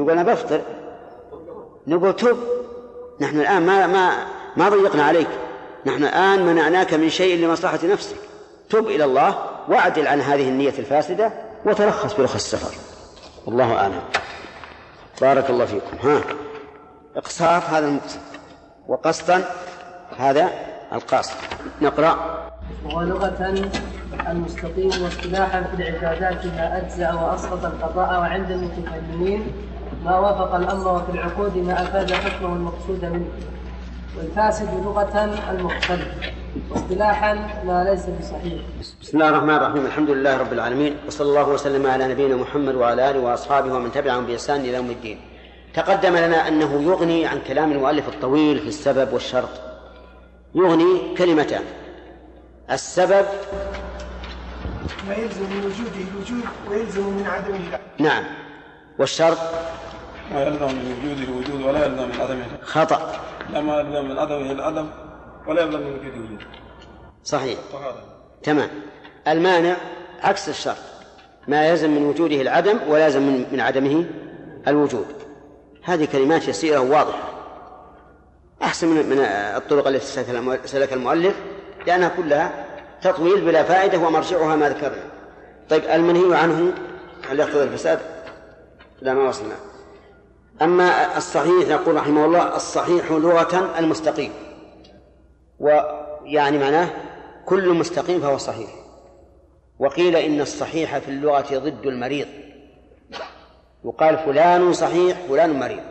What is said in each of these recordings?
يقول أنا بفطر، نقول تب، نحن الآن ما ضيقنا عليك، نحن الآن منعناك من شيء لمصلحة نفسك، تب إلى الله واعدل عن هذه النية الفاسدة وترخص برخص السفر. والله أعلم. بارك الله فيكم. إقساط هذا المقسط، وقسطا هذا القاسط. نقرأ. ولغة المستقيم، واصطلاحا في العبادات ما أجزأ وأسقط القضاء، وعند المتكلمين ما وافق الأمر، وفي العقود ما أفاد حكمه المقصود منه. والفاسد لغة المختلف، واصطلاحا ما ليس بصحيح. بسم الله الرحمن الرحيم. الحمد لله رب العالمين، وصلى الله وسلم على نبينا محمد وعلى آله وأصحابه ومن تبعهم بإحسان إلى يوم الدين. تقدم لنا أنه يغني عن كلام المؤلف الطويل في السبب والشرط، يغني كلمتان: السبب ما يلزم من وجوده الوجود ويلزم من عدمه لا. نعم. والشرط ما يلزم من وجوده الوجود ولا يلزم من عدمه. خطأ. لا، ما يلزم من عدمه العدم ولا يلزم من وجوده الوجود. صحيح. تمام. المانع عكس الشرط، ما يلزم من وجوده العدم ولا يلزم من عدمه الوجود. هذه كلمات يسيرة وواضحة، أحسن من الطرق التي سلك المؤلف، لأنها كلها تطويل بلا فائدة ومرجعها ما ذكرنا. طيب، المنهي عنه هل يقتضي الفساد؟ لا، ما وصلنا. أما الصحيح يقول رحمه الله: الصحيح لغة المستقيم، ويعني معناه كل مستقيم فهو صحيح. وقيل إن الصحيح في اللغة ضد المريض، يقال فلان صحيح فلان مريض،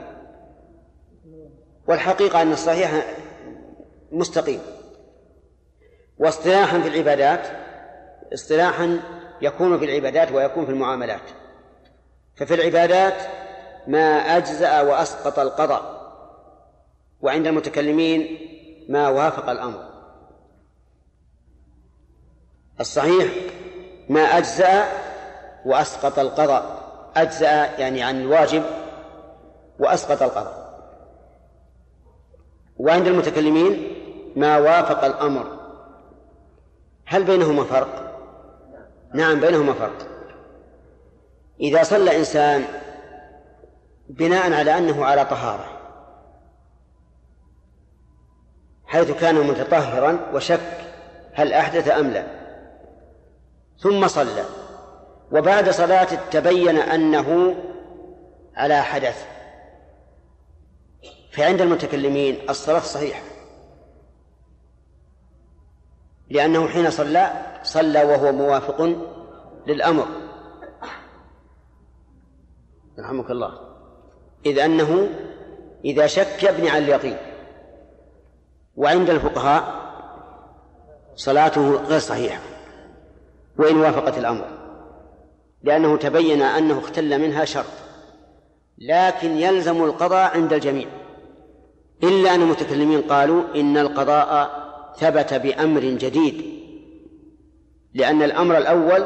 والحقيقة أن الصحيح مستقيم. واصطلاحا في العبادات، اصطلاحا يكون في العبادات ويكون في المعاملات. ففي العبادات ما أجزأ وأسقط القضاء، وعند المتكلمين ما وافق الأمر. الصحيح ما أجزأ وأسقط القضاء، أجزأ يعني عن الواجب، وأسقط القضاء. وعند المتكلمين ما وافق الأمر. هل بينهما فرق؟ نعم، بينهما فرق. إذا صلى إنسان بناء على أنه على طهارة، حيث كان متطهرا وشك هل أحدث أم لا، ثم صلى، وبعد صلاته تبين أنه على حدث، فعند المتكلمين الصلاة صحيحة، لأنه حين صلى وهو موافق للأمر. رحمك الله. إذ أنه إذا شك يبني على اليقين. وعند الفقهاء صلاته غير صحيحة وإن وافقت الأمر، لأنه تبين أنه اختل منها شرط، لكن يلزم القضاء عند الجميع، إلا أن المتكلمين قالوا إن القضاء ثبت بأمر جديد، لأن الأمر الأول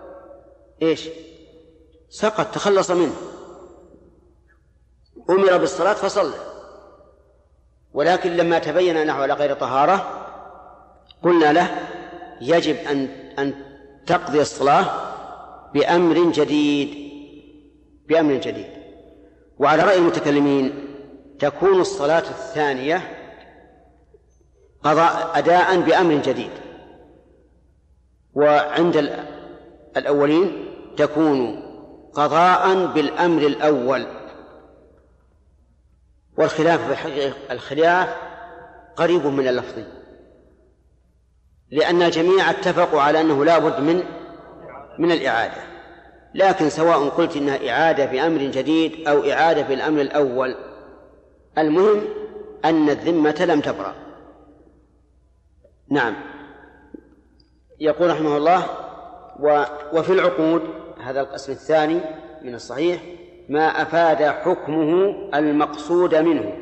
سقط، تخلص منه، أمر بالصلاة فصلى، ولكن لما تبين أنه على غير طهارة قلنا له يجب أن تقضي الصلاة بأمر جديد. وعلى رأي المتكلمين تكون الصلاة الثانية أداء بأمر جديد، وعند الأولين تكون قضاء بالأمر الأول. والخلاف بالحقيقة الخلاف قريب من اللفظ، لأن الجميع اتفقوا على أنه لا بد من الإعادة، لكن سواء قلت إنها إعادة بأمر جديد أو إعادة بالأمر الأول، المهم أن الذمة لم تبرأ. نعم. يقول رحمه الله: وفي العقود، هذا القسم الثاني من الصحيح، ما أفاد حكمه المقصود منه.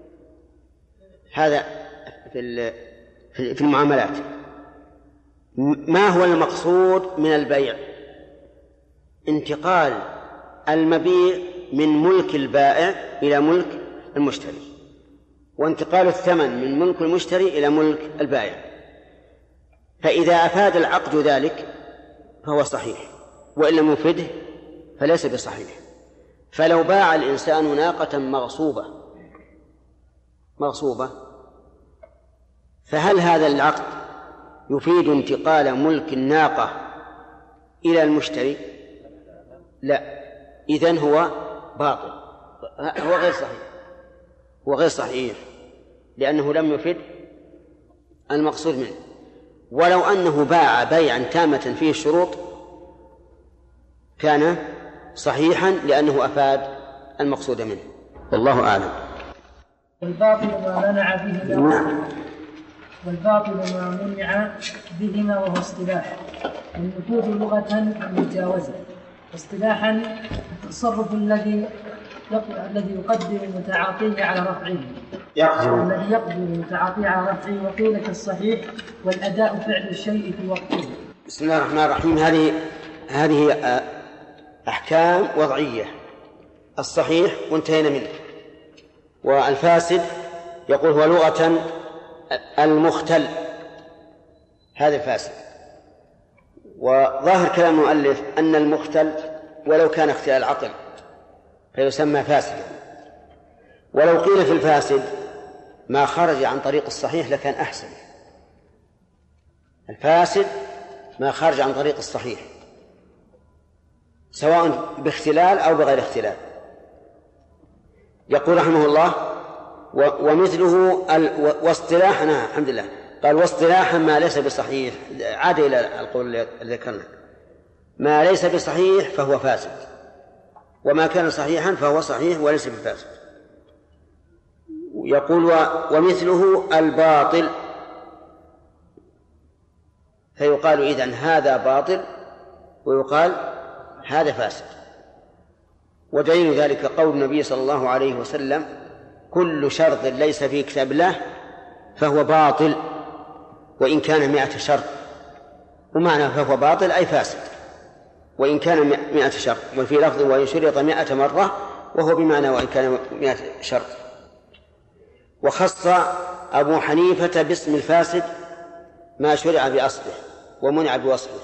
هذا في المعاملات. ما هو المقصود من البيع؟ انتقال المبيع من ملك البائع إلى ملك المشتري، وانتقال الثمن من ملك المشتري إلى ملك البائع. فإذا أفاد العقد ذلك فهو صحيح، وإن لم يفده فليس بصحيح. فلو باع الإنسان ناقة مغصوبة فهل هذا العقد يفيد انتقال ملك الناقة إلى المشتري؟ لا، إذن هو باطل، هو غير صحيح لأنه لم يفد المقصود منه. ولو أنه باع بيعا تامة فيه الشروط كان صحيحا لأنه أفاد المقصود منه، والله أعلم. والباطل ما منع بهما وهو اصطلاح. النفوذ لغة المجاوزة، اصطلاحا التصرف الذي يقدر المتعاطي على رفعه وقيل كالصحيح والأداء فعل الشيء في وقته. بسم الله الرحمن الرحيم. هذه أحكام وضعية. الصحيح وانتهينا منه، والفاسد يقول هو لغة المختل، هذا الفاسد. وظاهر كلام المؤلف أن المختل ولو كان اختلال عقل فيسمى فاسدا، ولو قيل في الفاسد ما خرج عن طريق الصحيح لكان أحسن. الفاسد ما خرج عن طريق الصحيح سواء باختلال أو بغير اختلال. يقول رحمه الله ومثله واصطلاحا، الحمد لله، قال واصطلاحا ما ليس بصحيح، عاد إلى القول الذي ذكرنا، ما ليس بصحيح فهو فاسد، وما كان صحيحا فهو صحيح وليس بفاسد. يقول ومثله الباطل، فيقال إذن هذا باطل ويقال هذا فاسد. ودليل ذلك قول النبي صلى الله عليه وسلم كل شرط ليس في كتاب الله فهو باطل وإن كان 100 شرط، ومعنى فهو باطل أي فاسد وإن كان 100 شرط، وفي لفظ وإن شرط 100 مرة، وهو بمعنى وإن كان 100 شرط. وخص أبو حنيفة باسم الفاسد ما شرع بأصله ومنع بوصفه.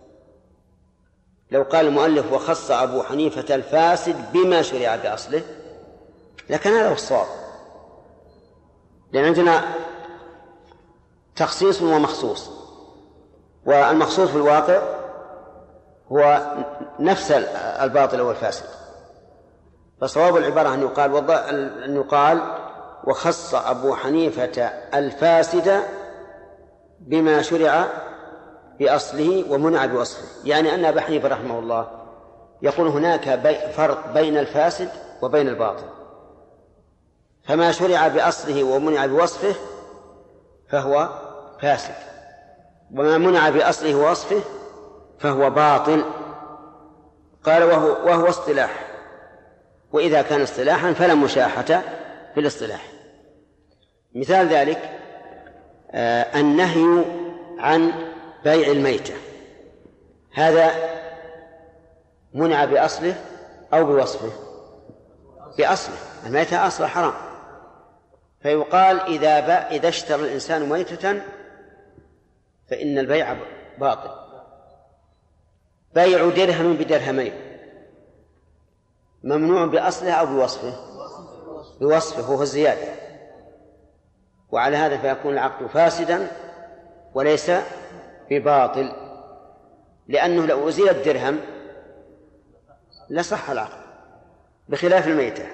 لو قال المؤلف وخص أبو حنيفة الفاسد بما شرع بأصله لكان هذا هو الصواب، لأن عندنا تخصيص ومخصوص، والمخصوص في الواقع هو نفس الباطل والفاسد. فصواب العبارة أن يقال وخص أبو حنيفة الفاسد بما شرع بأصله ومنع بوصفه، يعني أن أبا حنيفة رحمه الله يقول هناك فرق بين الفاسد وبين الباطل، فما شرع بأصله ومنع بوصفه فهو فاسد، وما منع بأصله ووصفه فهو باطل. قال وهو اصطلاح، وإذا كان اصطلاحا فلا مشاحة في الاصطلاح. مثال ذلك النهي عن بيع الميتة، هذا منع بأصله أو بوصفه؟ بأصله، الميتة أصل حرام، فيقال إذا اشترى الإنسان ميتة فإن البيع باطل. بيع درهم بدرهمين ممنوع بأصله أو بوصفه؟ بوصفه، وهو الزيادة، وعلى هذا فيكون العقد فاسدا وليس بباطل، لأنه لو أزيل الدرهم لصح العقد، بخلاف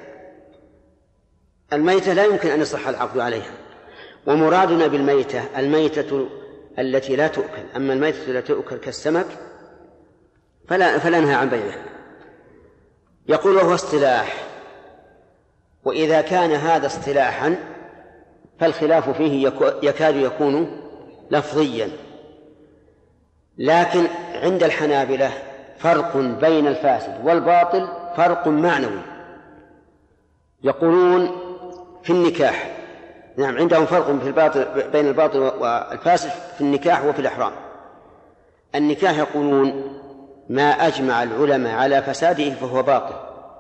الميتة لا يمكن أن يصح العقد عليها. ومرادنا بالميتة الميتة التي لا تؤكل، أما الميتة التي تؤكل كالسمك فلا نهى عن بيعها. يقول وهو اصطلاح، وإذا كان هذا اصطلاحا فالخلاف فيه يكاد يكون لفظيا، لكن عند الحنابلة فرق بين الفاسد والباطل فرق معنوي. يقولون في النكاح، نعم عندهم فرق بين الباطل والفاسد في النكاح وفي الإحرام. النكاح يقولون ما أجمع العلماء على فساده فهو باطل،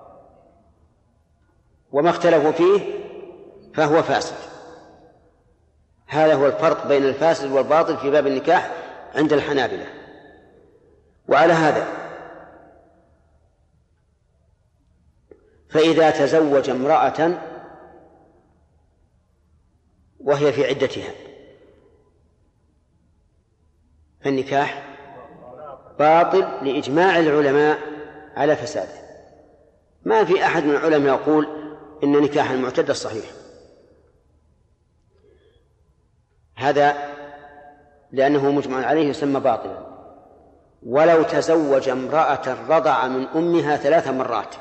وما اختلفوا فيه فهو فاسد. هذا هو الفرق بين الفاسد والباطل في باب النكاح عند الحنابلة. وعلى هذا فإذا تزوج امرأة وهي في عدتها فالنكاح باطل لإجماع العلماء على فساده. ما في أحد من العلماء يقول إن نكاح المعتدة صحيح، هذا لأنه مجمع عليه يسمى باطلا. ولو تزوج امرأة رضع من أمها 3 مرات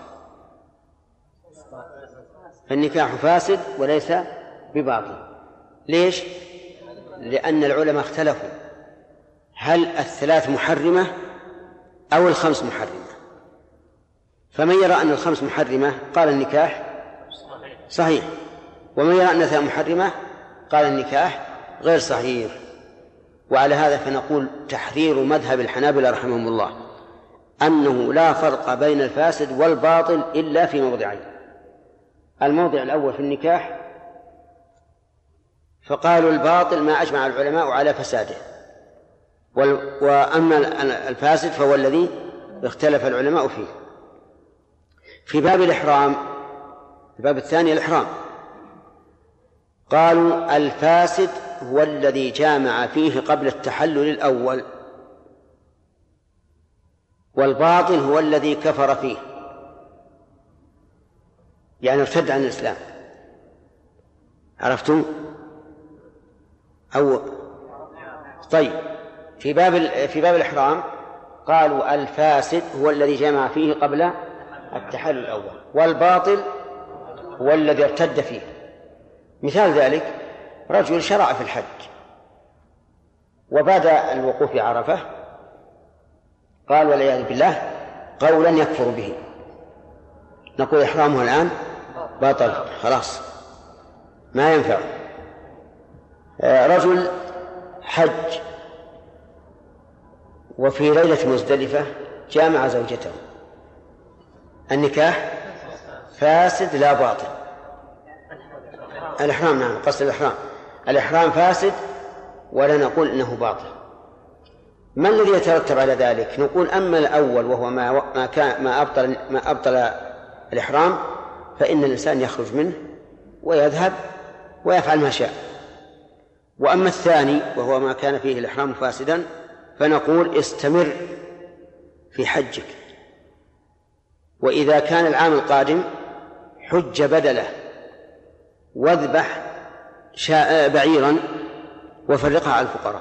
فالنكاح فاسد وليس بباطل. ليش؟ لأن العلماء اختلفوا هل 3 محرمة أو 5 محرمة، فمن يرى أن 5 محرمة قال النكاح صحيح، ومن يرى أن 3 محرمة قال النكاح غير صحيح. وعلى هذا فنقول تحرير مذهب الحنابلة رحمهم الله أنه لا فرق بين الفاسد والباطل إلا في موضعين. الموضع الأول في النكاح فقالوا الباطل ما أجمع العلماء على فساده، وأما الفاسد فهو الذي اختلف العلماء فيه. في باب الإحرام، الباب الثاني الإحرام، قالوا الفاسد هو الذي جامع فيه قبل التحلل الأول، والباطل هو الذي كفر فيه يعني ارتد عن الإسلام. عرفتم؟ أو طيب في باب الإحرام قالوا الفاسد هو الذي جمع فيه قبل التحلل الأول، والباطل هو الذي ارتد فيه. مثال ذلك رجل شرع في الحج وبعد الوقوف عرفة قال والعياذ بالله قولا يكفر به، نقول إحرامه الآن باطل خلاص ما ينفع. رجل حج وفي ليلة مزدلفة جامع زوجته، النكاح فاسد لا باطل. الإحرام نعم قصد الإحرام فاسد ولا نقول إنه باطل. ما الذي يترتب على ذلك؟ نقول أما الأول وهو ما أبطل الإحرام فإن الإنسان يخرج منه ويذهب ويفعل ما شاء. وأما الثاني وهو ما كان فيه الإحرام فاسدا فنقول استمر في حجك، وإذا كان العام القادم حج بدله واذبح بعيرا وفرقها على الفقراء.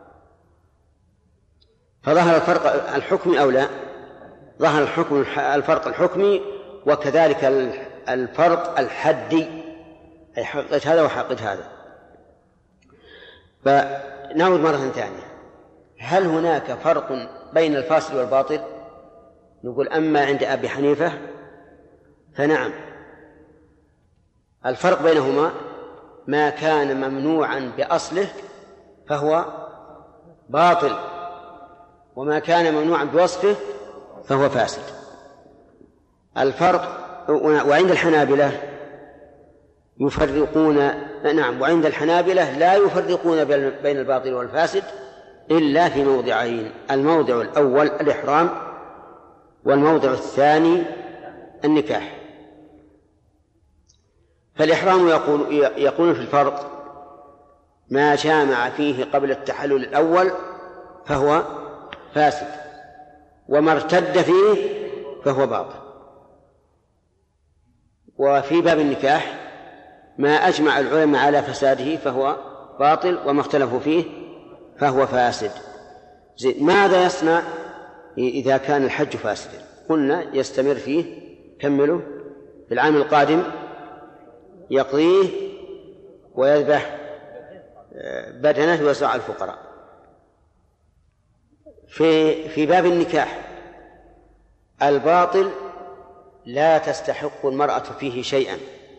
فظهر الفرق الحكمي أو لا؟ ظهر الفرق الحكمي وكذلك الفرق الحدي، أي حقيقة هذا وحقيقة هذا. فنعود مرة ثانية، هل هناك فرق بين الفاسد والباطل؟ نقول أما عند أبي حنيفة فنعم، الفرق بينهما ما كان ممنوعا بأصله فهو باطل، وما كان ممنوعا بوصفه فهو فاسد. الفرق. وعند الحنابلة يفرقون، نعم، وعند الحنابلة لا يفرقون بين الباطل والفاسد إلا في موضعين: الموضع الأول الإحرام، والموضع الثاني النكاح. فالإحرام يقول في الفرق ما جامع فيه قبل التحلل الأول فهو فاسد، وما ارتد فيه فهو باطل. وفي باب النكاح ما أجمع العلماء على فساده فهو باطل، وما اختلفوا فيه فهو فاسد. ماذا يصنع إذا كان الحج فاسدا؟ قلنا يستمر فيه، كمله في العام القادم يقضيه ويذبح بدنه ويوزع على الفقراء. في باب النكاح الباطل لا تستحق المرأة فيه شيئا،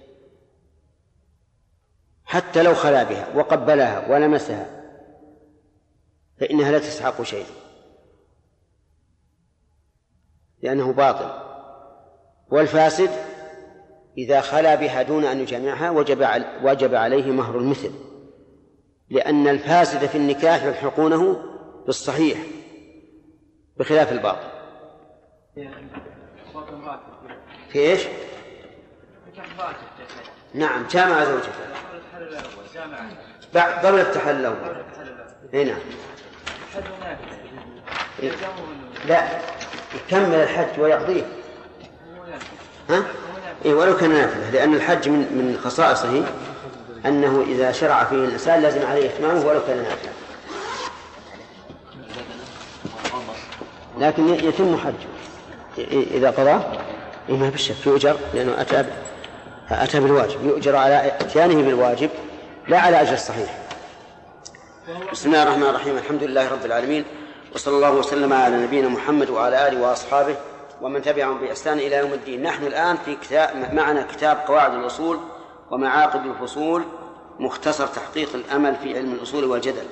حتى لو خلا بها وقبلها ولمسها فإنها لا تستحق شيئا لأنه باطل. والفاسد إذا خلا بها دون أن يجامعها وجب عليه مهر المثل، لأن الفاسد في النكاح يلحقونه بالصحيح بخلاف الباطل. في إيش؟ نعم جامع زوجته قبل التحلل الأول. هنا لا يكمل الحج ويقضيه. ها؟ إيه ولو كان نافلة، لأن الحج من خصائصه أنه إذا شرع فيه الإنسان لازم عليه إتمامه ولو كان نافلة، لكن يتم حجه إذا قضى. ما بالشك يؤجر، لأنه أتى بالواجب، يؤجر على إتيانه بالواجب لا على أجر الصحيح. بسم الله الرحمن الرحيم، الحمد لله رب العالمين، وصلى الله وسلم على نبينا محمد وعلى آله وأصحابه ومن تبعهم بإحسان إلى يوم الدين. نحن الآن في معنا كتاب قواعد الأصول ومعاقد الفصول، مختصر تحقيق الأمل في علم الأصول والجدل.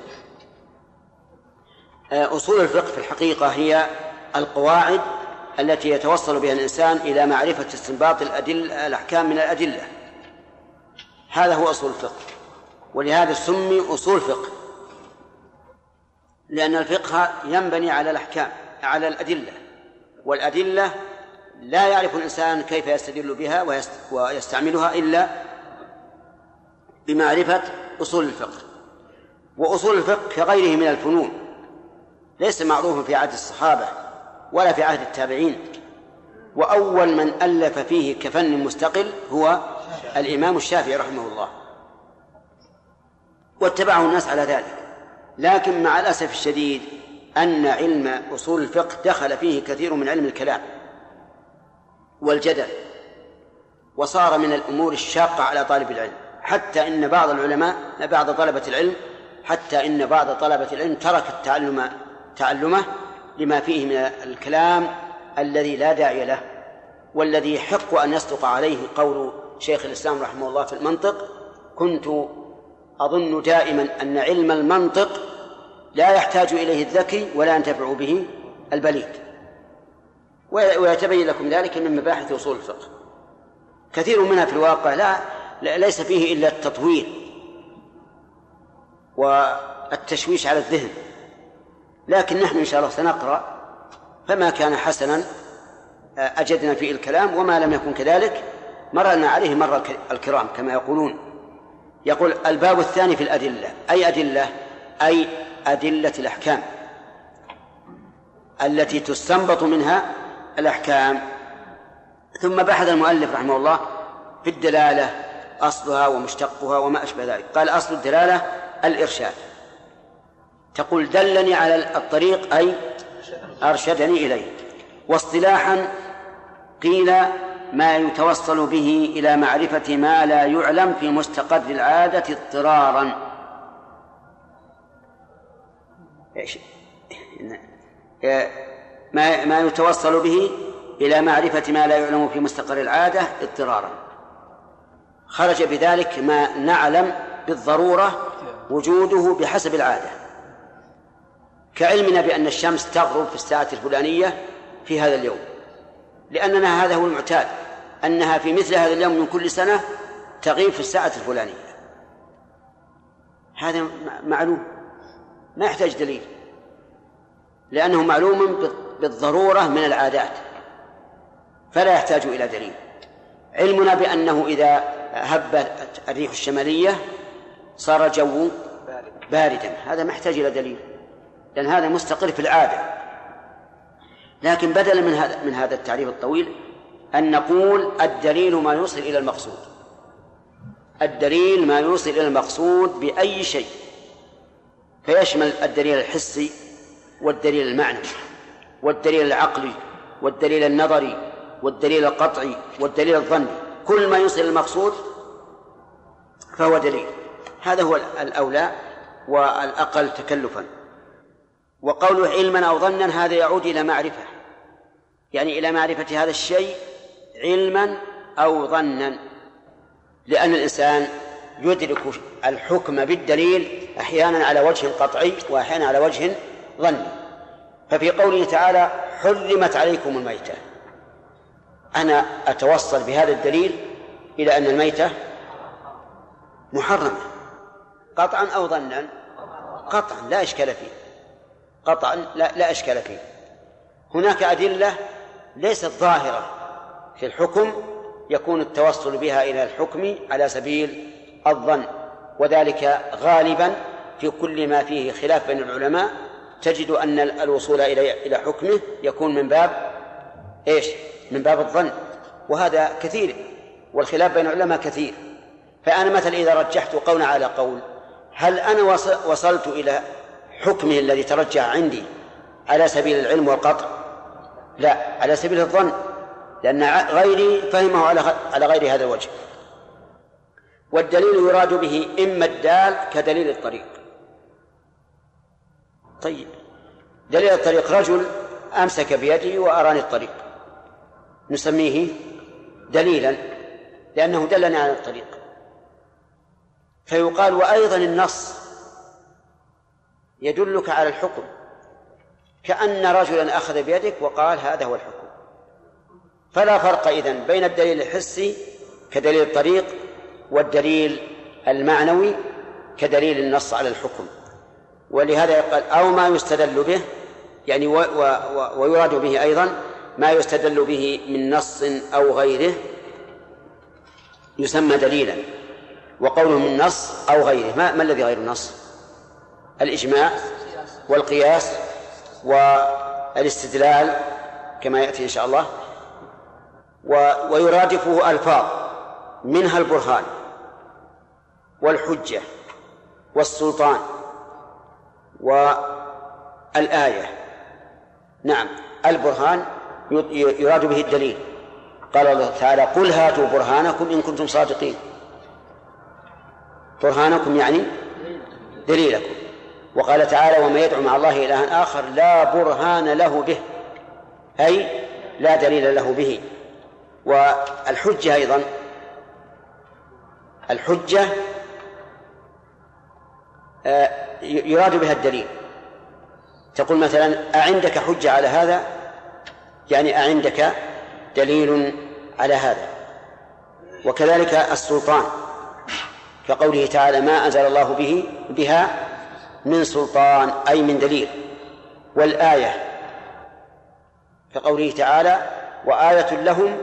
أصول الفقه في الحقيقة هي القواعد التي يتوصل بها الإنسان إلى معرفة استنباط الأحكام من الأدلة. هذا هو أصول الفقه، ولهذا سمي أصول فقه، لأن الفقه ينبني على الأحكام، على الأدلة، والأدلة لا يعرف الإنسان كيف يستدل بها ويستعملها إلا بمعرفة أصول الفقه. وأصول الفقه كغيره من الفنون ليس معروفا في عهد الصحابة ولا في عهد التابعين، وأول من ألف فيه كفن مستقل هو الإمام الشافعي رحمه الله، واتبعه الناس على ذلك. لكن مع الأسف الشديد أن علم أصول الفقه دخل فيه كثير من علم الكلام والجدل، وصار من الأمور الشاقة على طالب العلم، حتى إن بعض العلماء بعض طلبة العلم ترك تعلمه لما فيه من الكلام الذي لا داعي له، والذي يحق أن يصدق عليه قول شيخ الإسلام رحمه الله في المنطق: كنت أظن دائما أن علم المنطق لا يحتاج إليه الذكي ولا ينتفع به البليد. ويتبين لكم ذلك من مباحث أصول الفقه، كثير منها في الواقع ليس فيه إلا التطويل والتشويش على الذهن، لكن نحن إن شاء الله سنقرأ، فما كان حسنا أجدنا فيه الكلام، وما لم يكن كذلك مررنا عليه مر الكرام كما يقولون. يقول: الباب الثاني في الأدلة. أي أدلة؟ أي أدلة الأحكام التي تستنبط منها الأحكام. ثم بحث المؤلف رحمه الله في الدلالة، أصلها ومشتقها وما أشبه ذلك. قال: أصل الدلالة الإرشاد. تقول دلني على الطريق أي أرشدني إليه. واصطلاحا قيل ما يتوصل به إلى معرفة ما لا يعلم في مستقر العادة اضطرارا. ما يتوصل به إلى معرفة ما لا يعلم في مستقر العادة اضطرارا، خرج بذلك ما نعلم بالضرورة وجوده بحسب العادة، كعلمنا بأن الشمس تغرب في الساعة الفلانية في هذا اليوم، لأننا هذا هو المعتاد، أنها في مثل هذا اليوم من كل سنة تغيب في الساعة الفلانية. هذا معلوم ما يحتاج دليل، لأنه معلوم بالضرورة من العادات، فلا يحتاج إلى دليل. علمنا بأنه إذا هبت الريح الشمالية صار الجو باردا، هذا ما يحتاج إلى دليل، لأن هذا مستقر في العادة. لكن بدلا من هذا التعريف الطويل أن نقول الدليل ما يوصل إلى المقصود. الدليل ما يوصل إلى المقصود بأي شيء، فيشمل الدليل الحسي والدليل المعنوي والدليل العقلي والدليل النظري والدليل القطعي والدليل الظني. كل ما يوصل إلى المقصود فهو دليل. هذا هو الأولى والأقل تكلفا. وقوله علما أو ظنا هذا يعود إلى معرفة، يعني إلى معرفة هذا الشيء علما أو ظنا، لأن الإنسان يدرك الحكم بالدليل أحيانا على وجه قطعي وأحيانا على وجه ظني. ففي قوله تعالى حرمت عليكم الميتة، أنا أتوصل بهذا الدليل إلى أن الميتة محرمة قطعا أو ظنا؟ قطعا لا إشكال فيه، قطعا لا إشكال فيه. هناك أدلة ليست ظاهرة في الحكم يكون التوصل بها إلى الحكم على سبيل الظن، وذلك غالبا في كل ما فيه خلاف بين العلماء تجد أن الوصول إلى حكمه يكون من باب إيش؟ من باب الظن، وهذا كثير، والخلاف بين العلماء كثير. فأنا مثلا إذا رجحت قولا على قول، هل أنا وصلت إلى حكمه الذي ترجح عندي على سبيل العلم والقطع؟ لا، على سبيل الظن، لأن غيري فهمه على غير هذا الوجه. والدليل يراد به إما الدال كدليل الطريق. طيب، دليل الطريق رجل أمسك بيده وأراني الطريق، نسميه دليلا لأنه دلني على الطريق. فيقال وأيضا النص يدلك على الحكم، كأن رجلا أخذ بيدك وقال هذا هو الحكم. فلا فرق إذن بين الدليل الحسي كدليل الطريق والدليل المعنوي كدليل النص على الحكم. ولهذا يقال أو ما يستدل به، يعني ويراد به أيضا ما يستدل به من نص أو غيره يسمى دليلا. وقوله من نص أو غيره، ما الذي غير النص؟ الإجماع والقياس والاستدلال كما يأتي إن شاء الله. ويرادفه ألفاظ منها البرهان والحجة والسلطان والآية. نعم، البرهان يراد به الدليل. قال الله تعالى قل هاتوا برهانكم إن كنتم صادقين. برهانكم يعني دليلكم. وقال تعالى وما يدعو مع الله إلها آخر لا برهان له به، أي لا دليل له به. والحجة أيضا، الحجة يراد بها الدليل. تقول مثلا أعندك حجة على هذا، يعني أعندك دليل على هذا. وكذلك السلطان كقوله تعالى ما أنزل الله بها من سلطان، أي من دليل. والآية كقوله تعالى وآية لهم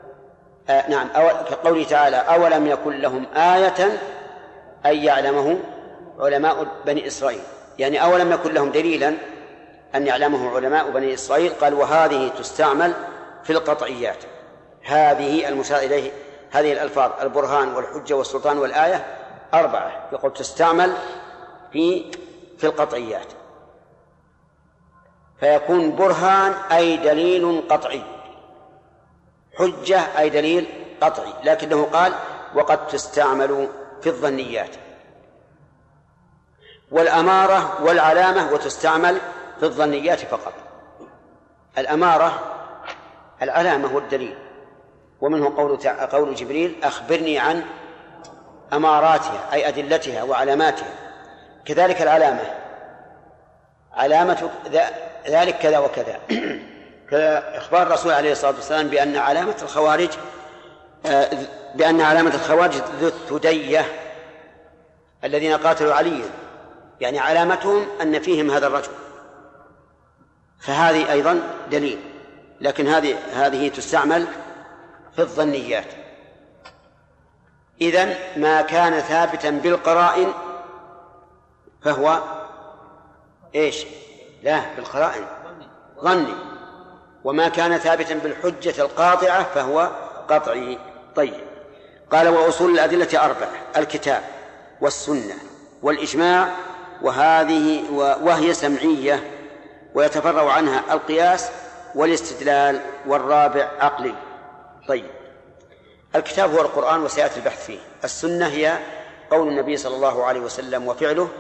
كقوله تعالى أولم يكن لهم آية أي يعلمه علماء بني إسرائيل، يعني أولم يكن لهم دليلا أن يعلمه علماء بني إسرائيل. قال وهذه تستعمل في القطعيات. هذه المشار إليه هذه الألفاظ البرهان والحجة والسلطان والآية 4 يقول تستعمل في القطعيات، فيكون برهان أي دليل قطعي، حجة أي دليل قطعي، لكنه قال وقد تستعمل في الظنيات. والأمارة والعلامة وتستعمل في الظنيات فقط. الأمارة العلامة والدليل، ومنه قول جبريل أخبرني عن أماراتها أي أدلتها وعلاماتها. كذلك العلامة، علامة ذلك كذا وكذا كإخبار الرسول عليه الصلاة والسلام بأن علامة الخوارج ذو الثدية الذين قاتلوا عليا، يعني علامتهم أن فيهم هذا الرجل، فهذه أيضا دليل، لكن هذه تستعمل في الظنيات. إذن ما كان ثابتا بالقرائن فهو إيش؟ لا، بالقرائن ظني، وما كان ثابتا بالحجة القاطعة فهو قطعي. طيب، قال وأصول الأدلة 4 الكتاب والسنة والإجماع، وهي سمعية ويتفرع عنها القياس والاستدلال، والرابع عقلي. طيب، الكتاب هو القرآن وسيأتي البحث فيه. السنة هي قول النبي صلى الله عليه وسلم وفعله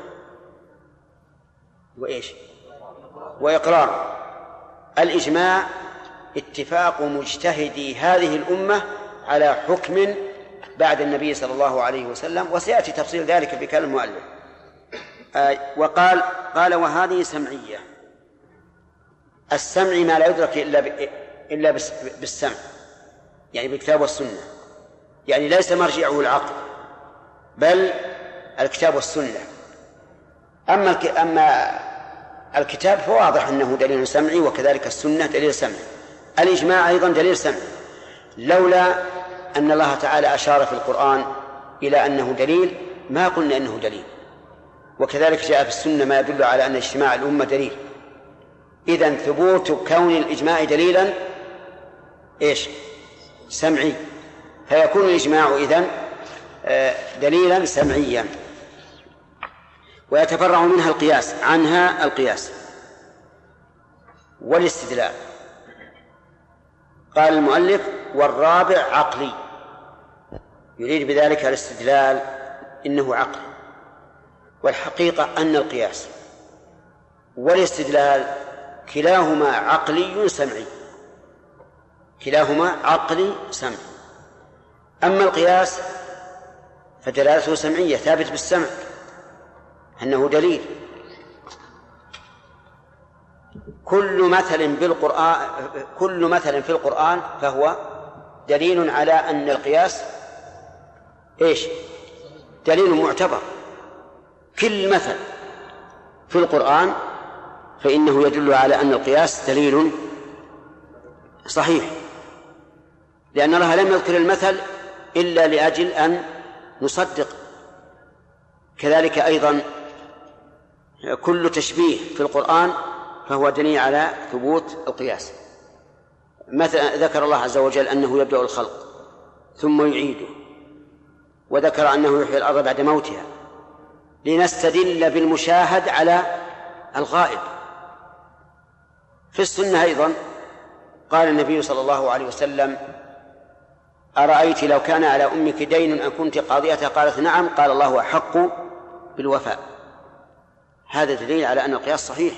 وإيش؟ وإقراره. الإجماع اتفاق مجتهدي هذه الأمة على حكم بعد النبي صلى الله عليه وسلم، وسيأتي تفصيل ذلك بكلام المؤلف. قال وهذه سمعية. السمع ما لا يدرك إلا بالسمع، يعني بالكتاب والسنة، يعني ليس مرجعه العقل بل الكتاب والسنة. أما الكتاب فواضح أنه دليل سمعي، وكذلك السنة دليل سمعي. الإجماع أيضا دليل سمعي، لولا أن الله تعالى أشار في القرآن إلى أنه دليل ما قلنا أنه دليل، وكذلك جاء في السنة ما يدل على أن اجتماع الأمة دليل. إذن ثبوت كون الإجماع دليلا إيش؟ سمعي، فيكون الإجماع إذن دليلا سمعيا. ويتفرع عنها القياس والاستدلال. قال المؤلف والرابع عقلي، يريد بذلك الاستدلال إنه عقل، والحقيقة أن القياس والاستدلال كلاهما عقلي سمعي، كلاهما عقلي سمعي. أما القياس فدلالته سمعية ثابت بالسمع أنه دليل. كل مثل في القرآن فهو دليل على أن القياس إيش؟ دليل معتبر. كل مثل في القرآن فإنه يدل على أن القياس دليل صحيح، لأن الله لم يذكر المثل إلا لأجل أن نصدق. كذلك أيضا كل تشبيه في القرآن فهو دليل على ثبوت القياس. مثلا ذكر الله عز وجل أنه يبدأ الخلق ثم يعيده، وذكر أنه يحيي الأرض بعد موتها، لنستدل بالمشاهد على الغائب. في السنة أيضا قال النبي صلى الله عليه وسلم أرأيت لو كان على أمك دين أن كنت قاضيتها؟ قالت نعم. قال الله أحق بالوفاء. هذا دليل على أن القياس صحيح.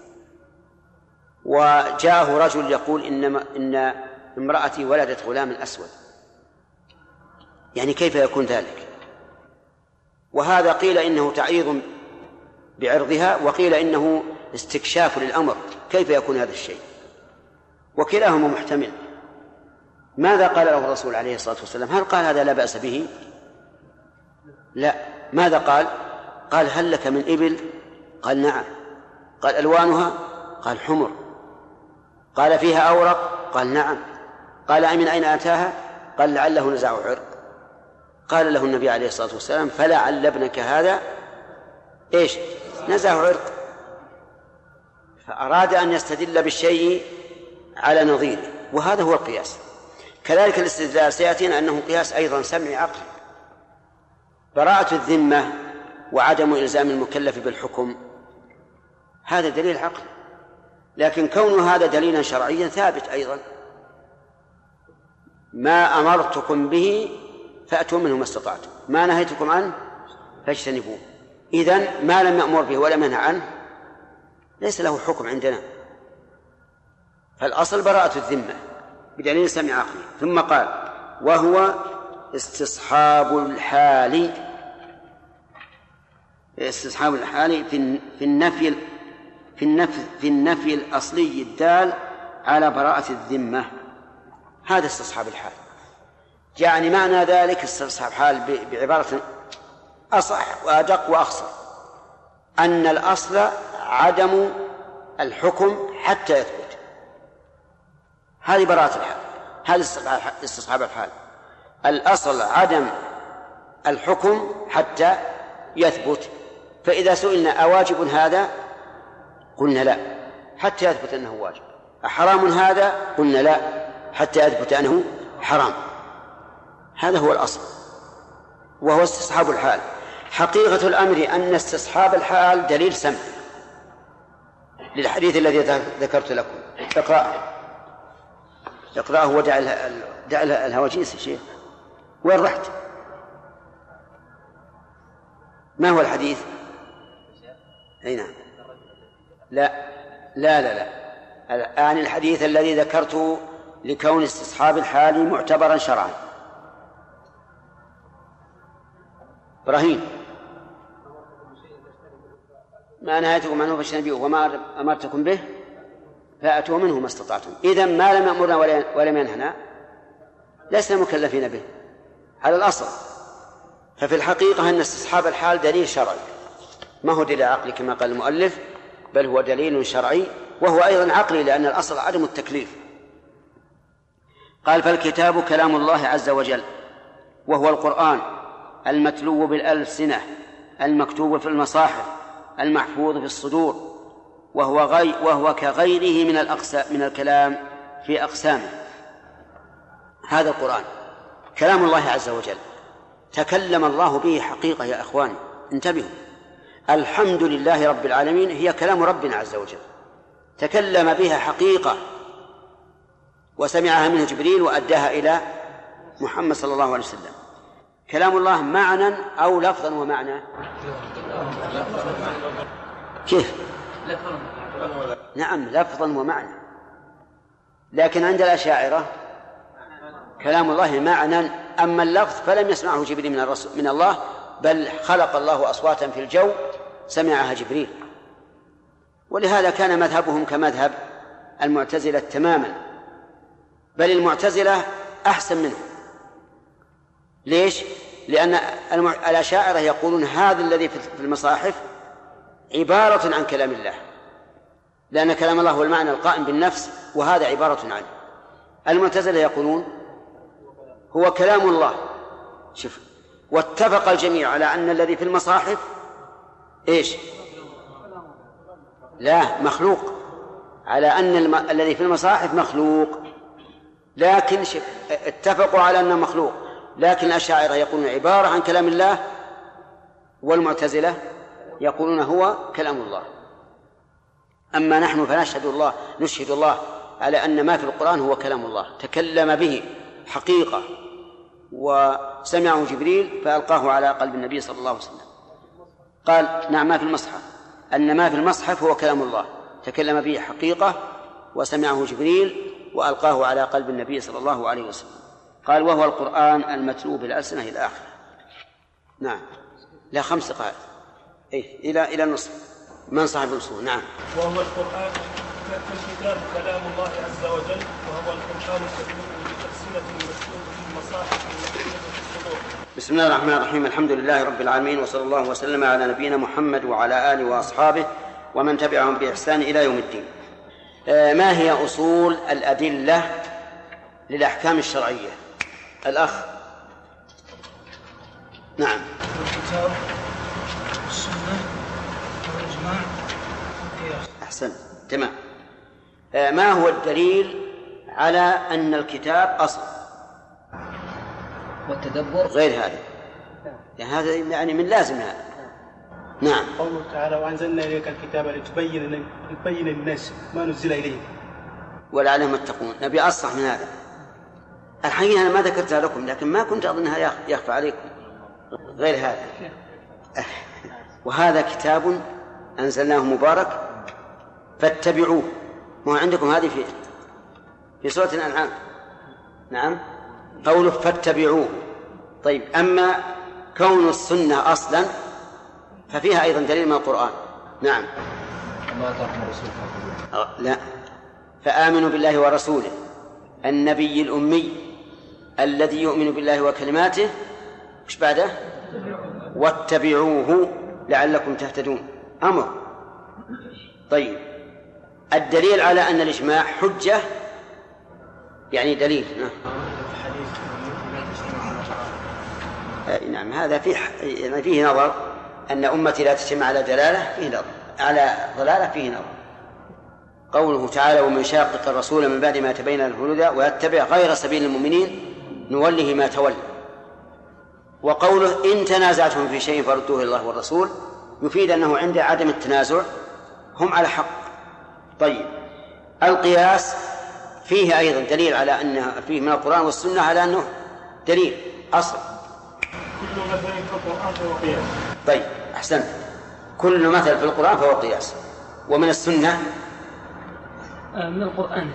وجاءه رجل يقول إن امرأتي ولدت غلاما أسود، يعني كيف يكون ذلك؟ وهذا قيل إنه تعريض بعرضها، وقيل إنه استكشاف للأمر، كيف يكون هذا الشيء؟ وكلاهما محتمل. ماذا قال له الرسول عليه الصلاة والسلام؟ هل قال هذا لا بأس به؟ لا. ماذا قال؟ قال هل لك من إبل؟ قال نعم. قال ألوانها؟ قال حمر. قال فيها أورق؟ قال نعم. قال من أين أتاها؟ قال لعله نزع عرق. قال له النبي عليه الصلاة والسلام فلعل ابنك هذا إيش؟ نزع عرق. فأراد أن يستدل بالشيء على نظيره، وهذا هو القياس. كذلك الاستدلال سيأتينا أنه قياس أيضا سمعي عقلي. براءة الذمة وعدم إلزام المكلف بالحكم هذا دليل عقلي، لكن كون هذا دليلا شرعيا ثابت أيضا. ما أمرتكم به فأتوا منه ما استطعتم، ما نهيتكم عنه فاجتنبوه. إذن ما لم يأمر به ولم ينهى عنه ليس له حكم عندنا. فالأصل براءة الذمة بدليل سمع عقلي. ثم قال وهو استصحاب الحال، استصحاب الحال في النفي الأصلي الدال على براءة الذمة. هذا استصحاب الحال. يعني معنى ذلك استصحاب حال بعبارة أصح وأدق وأخصر، أن الأصل عدم الحكم حتى يثبت. هذه براءة الحال، هذا استصحاب الحال. الأصل عدم الحكم حتى يثبت. فإذا سئلنا أواجب هذا؟ قلنا لا حتى يثبت أنه واجب. أحرام هذا؟ قلنا لا حتى يثبت أنه حرام. هذا هو الأصل وهو استصحاب الحال. حقيقة الأمر أن استصحاب الحال دليل سمع للحديث الذي ذكرت لكم. اقرأه ودع الهواجيس يا شيخ. وين رحت؟ ما هو الحديث؟ أي نعم. لا الآن الحديث الذي ذكرته لكون استصحاب الحال معتبرا شرعا. إبراهيم ما نهيتكم عنه فاجتنبوه وما أمرتكم به فأتوا منه ما استطعتم. إذن ما لم يأمرنا ولم ينهنا لسنا مكلفين به على الأصل. ففي الحقيقة أن استصحاب الحال دليل شرعي، ما هو دليل عقلي كما قال المؤلف، بل هو دليل شرعي، وهو أيضا عقلي لأن الأصل عدم التكليف. قال فالكتاب كلام الله عز وجل، وهو القرآن المتلو بالألسنة المكتوب في المصاحف المحفوظ في الصدور، وهو كغيره من الكلام في أقسامه. هذا القرآن كلام الله عز وجل، تكلم الله به حقيقة يا أخواني، انتبهوا. الحمد لله رب العالمين هي كلام ربنا عز وجل، تكلم بها حقيقة وسمعها منه جبريل وأداها إلى محمد صلى الله عليه وسلم. كلام الله معنى أو لفظا ومعنى؟ كيف؟ نعم لفظا ومعنى، لكن عند الأشاعرة كلام الله معنى، أما اللفظ فلم يسمعه جبريل من الله، بل خلق الله أصواتا في الجو سمعها جبريل. ولهذا كان مذهبهم كمذهب المعتزلة تماما، بل المعتزلة أحسن منهم. ليش؟ لأن الأشاعرة يقولون هذا الذي في المصاحف عبارة عن كلام الله، لأن كلام الله هو المعنى القائم بالنفس، وهذا عبارة عنه. المعتزلة يقولون هو كلام الله. شوف، واتفق الجميع على أن الذي في المصاحف إيش؟ لا، مخلوق، على أن الذي في المصاحف مخلوق، لكن اتفقوا على أنه مخلوق، لكن الأشاعرة يقولون عبارة عن كلام الله، والمعتزلة يقولون هو كلام الله. أما نحن نشهد الله على أن ما في القرآن هو كلام الله، تكلم به حقيقة وسمعه جبريل فألقاه على قلب النبي صلى الله عليه وسلم. قال نعم ما في المصحف، أن ما في المصحف هو كلام الله، تكلم به حقيقة وسمعه جبريل وألقاه على قلب النبي صلى الله عليه وسلم. قال وهو القرآن المتلو بالألسنة إلى آخره. نعم، لا 5 دقائق إلى النصف من صاحب الأصول. نعم. وهو القرآن الكتاب كلام الله عز وجل، وهو القرآن المتلو بالألسنة المكتوب في المصاحف المكتوبة في الصدور. بسم الله الرحمن الرحيم. الحمد لله رب العالمين، وصلى الله وسلم على نبينا محمد وعلى آله وأصحابه ومن تبعهم بإحسان إلى يوم الدين. ما هي أصول الأدلة للأحكام الشرعية؟ الأخ. نعم. الكتاب والسنة والإجماع والقياس. أحسن، تمام. ما هو الدليل على أن الكتاب أصل؟ والتدبر غير هذا، يعني هذا يعني من لازم هذا. نعم. قوله تعالى وأنزلنا إليك الكتاب لتبين للناس ما نزل إليهم ولعلهم يتقون. نبي أصح من هذا. الحقيقة أنا ما ذكرتها لكم، لكن ما كنت أظنها يخفى عليكم. غير هذا. وهذا كتاب أنزلناه مبارك فاتبعوه. ما عندكم هذه في سورة الأنعام. نعم، قوله فاتبعوه. طيب، أما كون السنة أصلا ففيها أيضا دليل من القرآن. نعم. لا، فآمنوا بالله ورسوله النبي الأمي الذي يؤمن بالله وكلماته، وش بعده؟ واتبعوه لعلكم تهتدون. أمر. طيب، الدليل على أن الإجماع حجة يعني دليل. نعم، هذا فيه نظر، أن أمتي لا تجتمع على دلالة فيه نظر، على ضلالة فيه نظر. قوله تعالى ومن يشاقق الرسول من بعد ما تبين له الهدى ويتبع غير سبيل المؤمنين نوله ما تولى. وقوله إن تنازعتم في شيء فردوه إلى الله والرسول يفيد أنه عند عدم التنازع هم على حق. طيب، القياس فيه أيضا دليل على أنه فيه من القرآن والسنة على أنه دليل أصل. كل مثل في القرآن فهو قياس. طيب، أحسنت. كل مثل في القرآن فهو قياس. ومن السنة من القرآن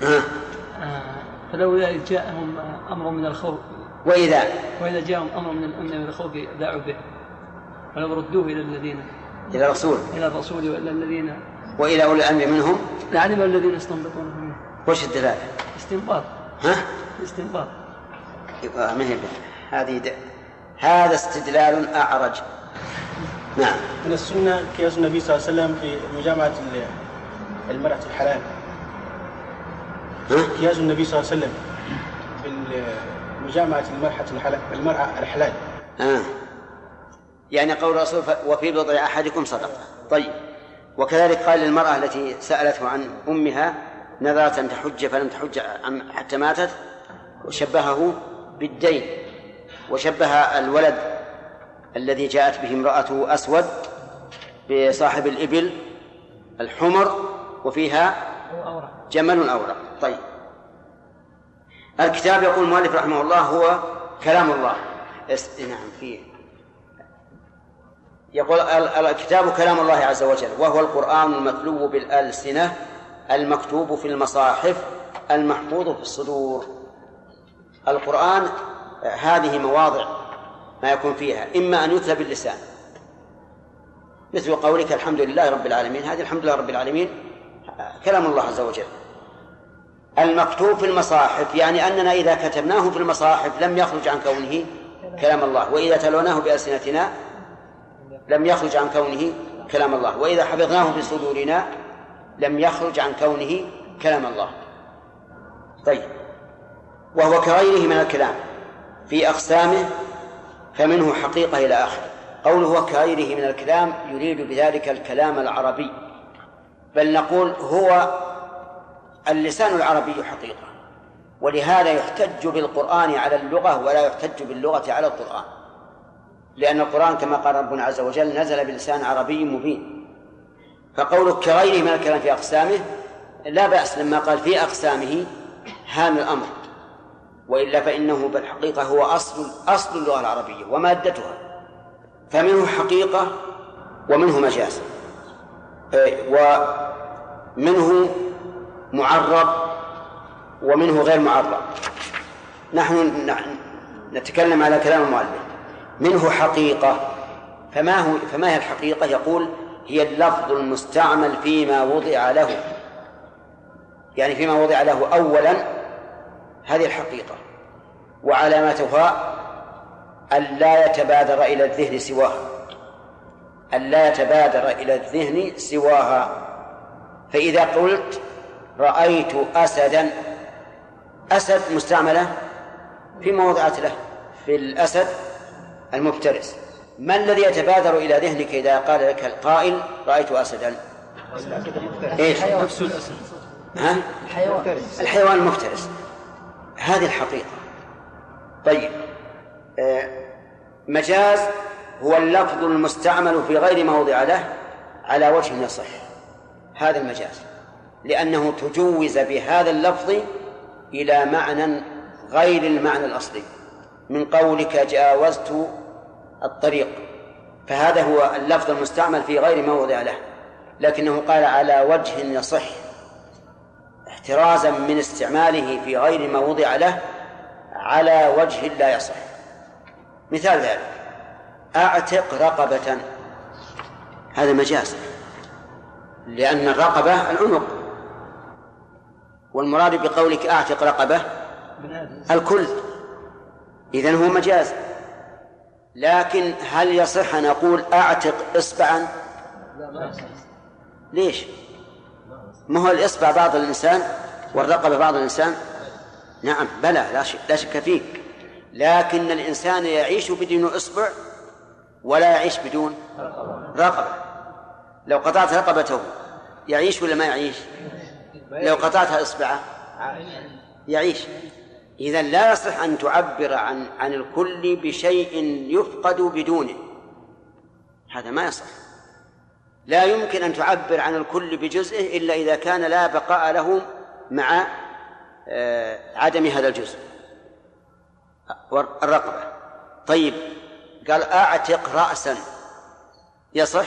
فلو جاءهم أمر من الخوف وإذا جاءهم أمر من الأمن من الخوف داعوا به ولو ردوه إلى الرسول وإلى الذين وإلى أولي الأمر منهم لعلم الذين يستنبطونه منه. وش الدلالة؟ استنباط. استنباط. هذا استدلال أعرج. نعم. من السنة قياس النبي صلى الله عليه وسلم في مجامعة المرأة الحلال. قياس النبي صلى الله عليه وسلم مجامعة المرأة الحلال. يعني قول الرسول وفي بضع أحدكم صدقة. طيب، وكذلك قال للمرأة التي سألته عن أمها نذرت أن تحج فلم تحج حتى ماتت، وشبهه بالدين، وشبه الولد الذي جاءت به امرأته أسود بصاحب الإبل الحمر وفيها جمل أورق. طيب، الكتاب يقول المؤلف رحمه الله هو كلام الله. نعم، فيه يقول الكتاب كلام الله عز وجل، وهو القرآن المتلو بالألسنة المكتوب في المصاحف المحفوظ في الصدور. القرآن هذه مواضع ما يكون فيها إما أن يتلى باللسان مثل قولك الحمد لله رب العالمين، هذه الحمد لله رب العالمين كلام الله عز وجل. المكتوب في المصاحف يعني أننا إذا كتبناه في المصاحف لم يخرج عن كونه كلام الله، وإذا تلوناه بألسنتنا لم يخرج عن كونه كلام الله، وإذا حفظناه في صدورنا لم يخرج عن كونه كلام الله. طيب، وهو كغيره من الكلام في أقسامه فمنه حقيقة إلى آخر. قوله وكغيره من الكلام يريد بذلك الكلام العربي، بل نقول هو اللسان العربي حقيقة، ولهذا يحتج بالقرآن على اللغة ولا يحتج باللغة على القرآن، لأن القرآن كما قال ربنا عز وجل نزل بلسان عربي مبين. فقولك كغيره من الكلام في أقسامه لا بأس لما قال في أقسامه هام الأمر، وإلا فإنه بالحقيقة هو أصل اللغة العربية ومادتها، فمنه حقيقة ومنه مجاز، ومنه معرب ومنه غير معرب. نحن نتكلم على كلام المؤلف. منه حقيقة، فما هي الحقيقة؟ يقول هي اللفظ المستعمل فيما وضع له، يعني فيما وضع له أولا، هذه الحقيقة، وعلامتها أن لا يتبادر إلى الذهن سواها، أن لا يتبادر إلى الذهن سواها. فإذا قلت رأيت أسدا، أسد مستعملة فيما وضعت له، في الأسد المفترس. ما الذي يتبادر إلى ذهنك إذا قال لك القائل رأيت أسدا؟ إيش؟ نفس الأسد. ها؟ الحيوان المفترس. هذه الحقيقة. طيب، مجاز هو اللفظ المستعمل في غير موضع له على وجه يصح، هذا المجاز، لأنه تجوز بهذا اللفظ إلى معنى غير المعنى الأصلي، من قولك جاوزت الطريق، فهذا هو اللفظ المستعمل في غير موضع له، لكنه قال على وجه يصح احترازا من استعماله في غير ما وضع له على وجه لا يصح. مثال ذلك أعتق رقبة، هذا مجاز، لأن الرقبة العنق، والمراد بقولك أعتق رقبة الكل، إذن هو مجاز. لكن هل يصح أن أقول أعتق إصبعا؟ ليش؟ ما هو الإصبع بعض الإنسان والرقبة بعض الإنسان؟ نعم بلى، لا شك فيه، لكن الإنسان يعيش بدون إصبع ولا يعيش بدون رقبة. لو قطعت رقبته يعيش ولا ما يعيش؟ لو قطعتها إصبعه يعيش. إذن لا يصح أن تعبر عن الكل بشيء يفقد بدونه، هذا ما يصح. لا يمكن أن تعبر عن الكل بجزئه إلا إذا كان لا بقاء له مع عدم هذا الجزء، الرقبة. طيب، قال أعتق رأسا، يصح؟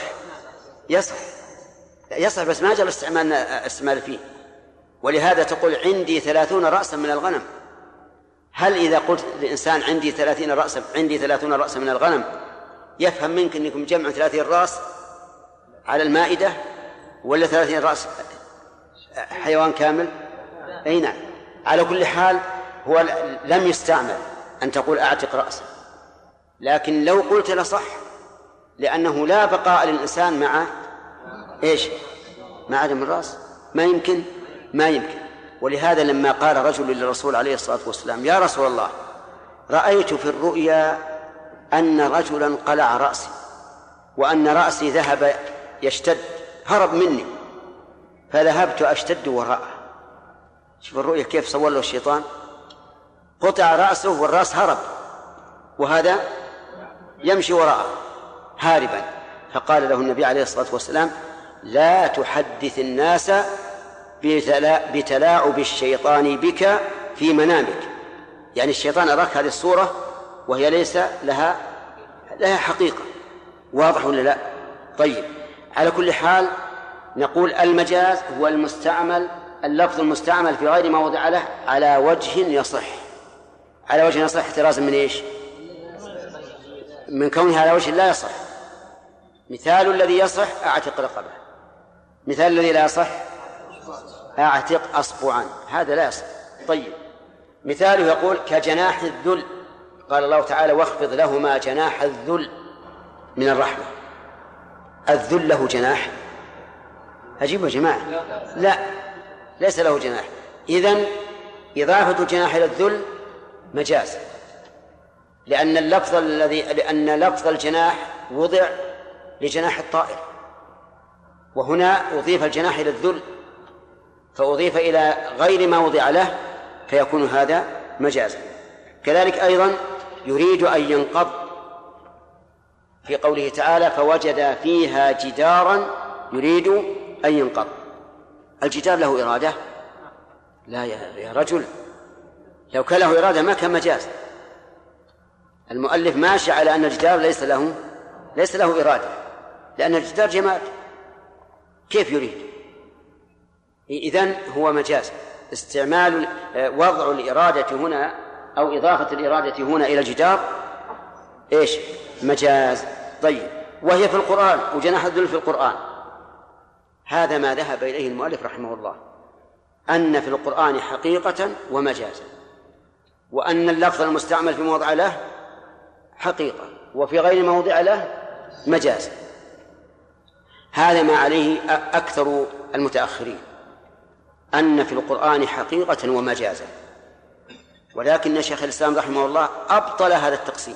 يصح بس ما جاء الاستعمال فيه. ولهذا تقول عندي 30 رأسا من الغنم. هل إذا قلت لإنسان عندي 30 رأسا من الغنم يفهم منك أنكم جمع 30 رأس على المائدة، ولا 30 رأس حيوان كامل؟ أي نعم. على كل حال هو لم يستعمل أن تقول أعتق رأسا، لكن لو قلت لصح، لأنه لا بقاء للإنسان مع إيش؟ مع عدم الرأس. ما يمكن. ولهذا لما قال رجل للرسول عليه الصلاة والسلام: يا رسول الله، رأيت في الرؤيا أن رجلا قلع رأسي وأن رأسي ذهب يشتد، هرب مني، فذهبت أشتد وراءه. شوف الرؤيا كيف صور له الشيطان، قطع رأسه والرأس هرب، وهذا يمشي وراءه هاربا. فقال له النبي عليه الصلاة والسلام: لا تحدث الناس بتلاعب الشيطان بك في منامك. يعني الشيطان أراك هذه الصورة وهي ليس لها حقيقة. واضح ولا لا؟ طيب، على كل حال نقول المجاز هو اللفظ المستعمل في غير ما وضع له على وجه يصح. على وجه يصح احترازا من إيش؟ من كونه على وجه لا يصح. مثال الذي يصح: أعتق رقبة. مثال الذي لا يصح: أعتق أصبعا. هذا لا يصح. طيب، مثاله يقول: كجناح الذل. قال الله تعالى: واخفض لهما جناح الذل من الرحمة. الذل له جناح؟ أجيبوا يا جماعة. لا، ليس له جناح. إذن إضافة الجناح إلى الذل مجاز، لأن لفظ الجناح وضع لجناح الطائر، وهنا أضيف الجناح إلى الذل فأضيف إلى غير ما وضع له، فيكون هذا مجازا. كذلك أيضا يريد أن ينقض، في قوله تعالى: فوجد فيها جدارا يريد أن ينقض. الجدار له إرادة؟ لا يا رجل، لو كان له إرادة ما كان مجاز. المؤلف ماشي على أن الجدار ليس له إرادة، لأن الجدار جماد، كيف يريد؟ إذن هو مجاز. استعمال وضع الإرادة هنا أو إضافة الإرادة هنا إلى الجدار إيش؟ مجاز. طيب، وهي في القرآن، وجناح الذل في القرآن. هذا ما ذهب إليه المؤلف رحمه الله، أن في القرآن حقيقة ومجازا، وأن اللفظ المستعمل في موضع له حقيقة وفي غير موضع له مجاز. هذا ما عليه أكثر المتأخرين، أن في القرآن حقيقة ومجازا. ولكن شيخ الإسلام رحمه الله أبطل هذا التقسيم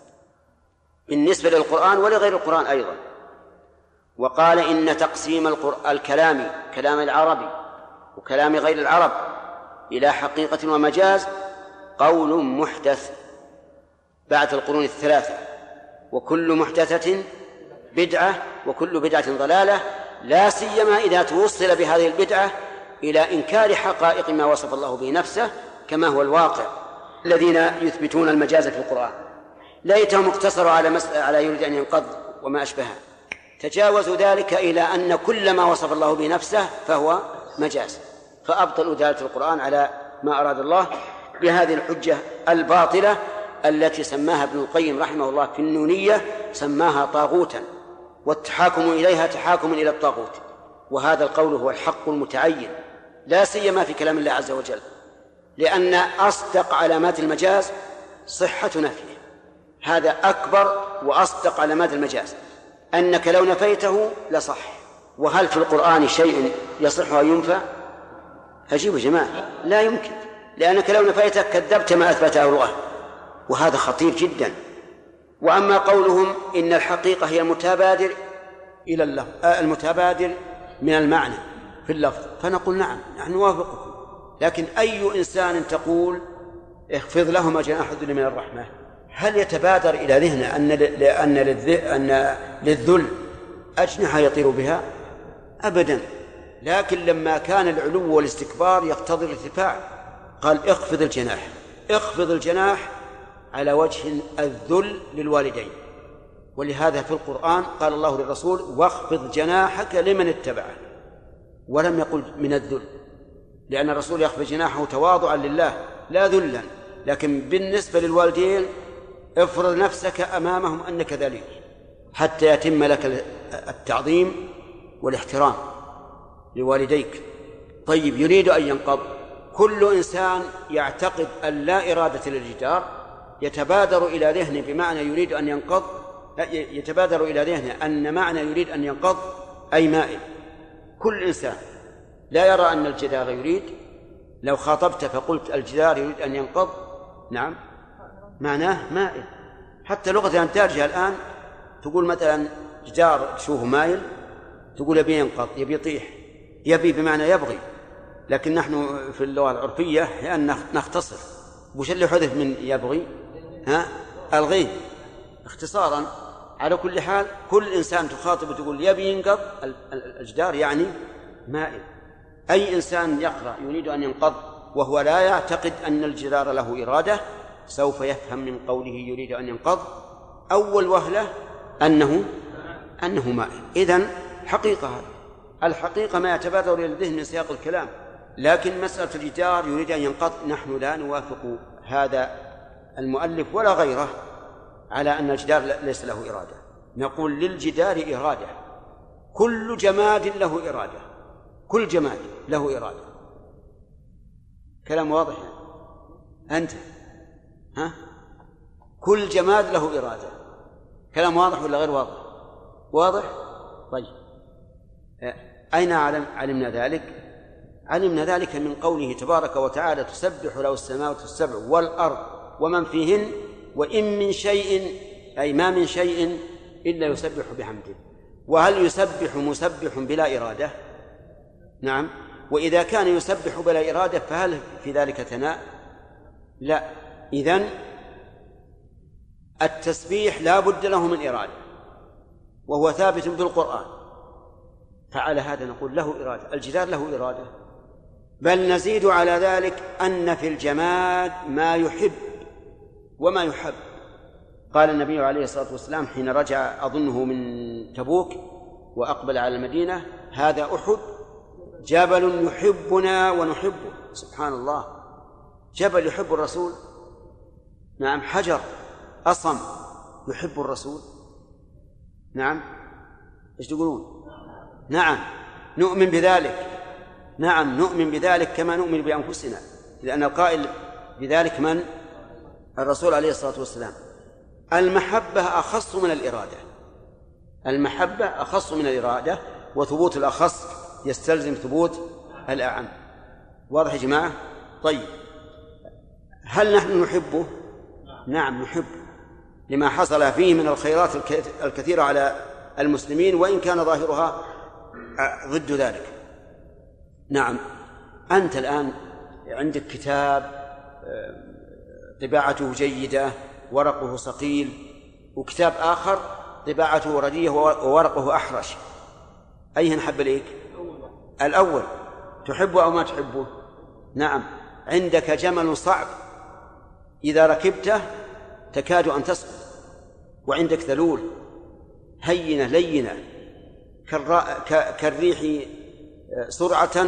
بالنسبة للقرآن ولغير القرآن أيضا، وقال: إن تقسيم الكلام، كلام العربي وكلام غير العرب، إلى حقيقة ومجاز قول محدث بعد القرون الثلاثة، وكل محدثة بدعة، وكل بدعة ضلالة، لا سيما إذا توصل بهذه البدعة إلى إنكار حقائق ما وصف الله به نفسه كما هو الواقع. الذين يثبتون المجاز في القرآن ليتهم اقتصروا على يريد أن ينقض وما أشبهه، تجاوزوا ذلك إلى أن كل ما وصف الله به نفسه فهو مجاز، فأبطلوا دلالة القرآن على ما أراد الله بهذه الحجة الباطلة التي سماها ابن القيم رحمه الله في النونية، سماها طاغوتا، والتحاكم إليها تحاكم إلى الطاغوت. وهذا القول هو الحق المتعين، لا سيما في كلام الله عز وجل، لأن أصدق علامات المجاز صحة نفيه. هذا أكبر وأصدق علامات المجاز، أنك لو نفيته لصح. وهل في القرآن شيء يصح أن ينفى؟ أجيبوا جماعة، لا يمكن، لأنك لو نفيته كذبت ما أثبته الله، وهذا خطير جدا. وأما قولهم إن الحقيقة هي المتبادر إلى اللفظ، المتبادر من المعنى في اللفظ، فنقول نعم، نحن نوافقكم. لكن أي إنسان تقول اخفض لهما جناح الذل من الرحمة، هل يتبادر إلى ذهنه أن للذل أجنحة يطير بها؟ أبدا. لكن لما كان العلو والاستكبار يقتضي الارتفاع قال اخفض الجناح على وجه الذل للوالدين. ولهذا في القرآن قال الله للرسول: واخفض جناحك لمن اتبعه، ولم يقل من الذل، لأن الرسول يخفض جناحه تواضعا لله لا ذلا. لكن بالنسبة للوالدين افرض نفسك أمامهم أنك ذليل حتى يتم لك التعظيم والاحترام لوالديك. طيب، يريد أن ينقض. كل إنسان يعتقد أن لا إرادة للجدار يتبادر إلى ذهنه بمعنى يريد أن ينقض، يتبادر إلى ذهنه أن معنى يريد أن ينقض أي مائل. كل إنسان لا يرى أن الجدار يريد، لو خاطبت فقلت الجدار يريد أن ينقض، نعم، معناه مائل. حتى لغة أنتاجها الآن تقول مثلا جدار تشوفه مايل تقول يبي ينقض، يبي يطيح، يبي بمعنى يبغي. لكن نحن في اللغة العرفية لأن نختصر، وش اللي حذف من يبغي؟ ألغيه اختصارا. على كل حال كل إنسان تخاطب تقول يبي ينقض الجدار يعني مائل. أي إنسان يقرأ يريد أن ينقض وهو لا يعتقد أن الجدار له إرادة سوف يفهم من قوله يريد أن ينقض أول وهلة أنه مائل. إذن حقيقة، الحقيقة ما يتبادر إلى الذهن من سياق الكلام. لكن مسألة الجدار يريد أن ينقض نحن لا نوافق هذا المؤلف ولا غيره على أن الجدار ليس له إرادة. نقول للجدار إرادة، كل جماد له إرادة، كل جماد له إرادة. كلام واضح أنت؟ كل جماد له إرادة. كلام واضح ولا غير واضح؟ واضح؟ طيب أين علمنا ذلك؟ علمنا ذلك من قوله تبارك وتعالى تسبح له السماوات السبع والأرض ومن فيهن وإن من شيء، أي ما من شيء إلا يسبح بحمده. وهل يسبح مسبح بلا إرادة؟ نعم. وإذا كان يسبح بلا إرادة فهل في ذلك ثناء؟ لا. إذن التسبيح لا بد له من إرادة وهو ثابت بالقرآن، فعلى هذا نقول له إرادة، الجدار له إرادة. بل نزيد على ذلك أن في الجماد ما يحب وما يحب. قال النبي عليه الصلاة والسلام حين رجع أظنه من تبوك وأقبل على المدينة: هذا أحد جبل يحبنا ونحبه. سبحان الله، جبل يحب الرسول، نعم، حجر أصم يحب الرسول، نعم. ايش تقولون؟ نعم نؤمن بذلك، نعم نؤمن بذلك كما نؤمن بأنفسنا، لأن القائل بذلك من؟ الرسول عليه الصلاة والسلام. المحبة أخص من الإرادة، المحبة أخص من الإرادة، وثبوت الأخص يستلزم ثبوت الأعم. واضح يا جماعة؟ طيب، هل نحن نحبه؟ نعم نحبه لما حصل فيه من الخيرات الكثيرة على المسلمين، وإن كان ظاهرها ضد ذلك. نعم، أنت الآن عندك كتاب طباعته جيدة ورقه صقيل، وكتاب آخر طباعته رديئة وورقه أحرش، أيهن حب إليك؟ الأول. تحبه أو ما تحبه؟ نعم. عندك جمل صعب إذا ركبته تكاد أن تسقط، وعندك ذلول هينة لينة كالريح سرعة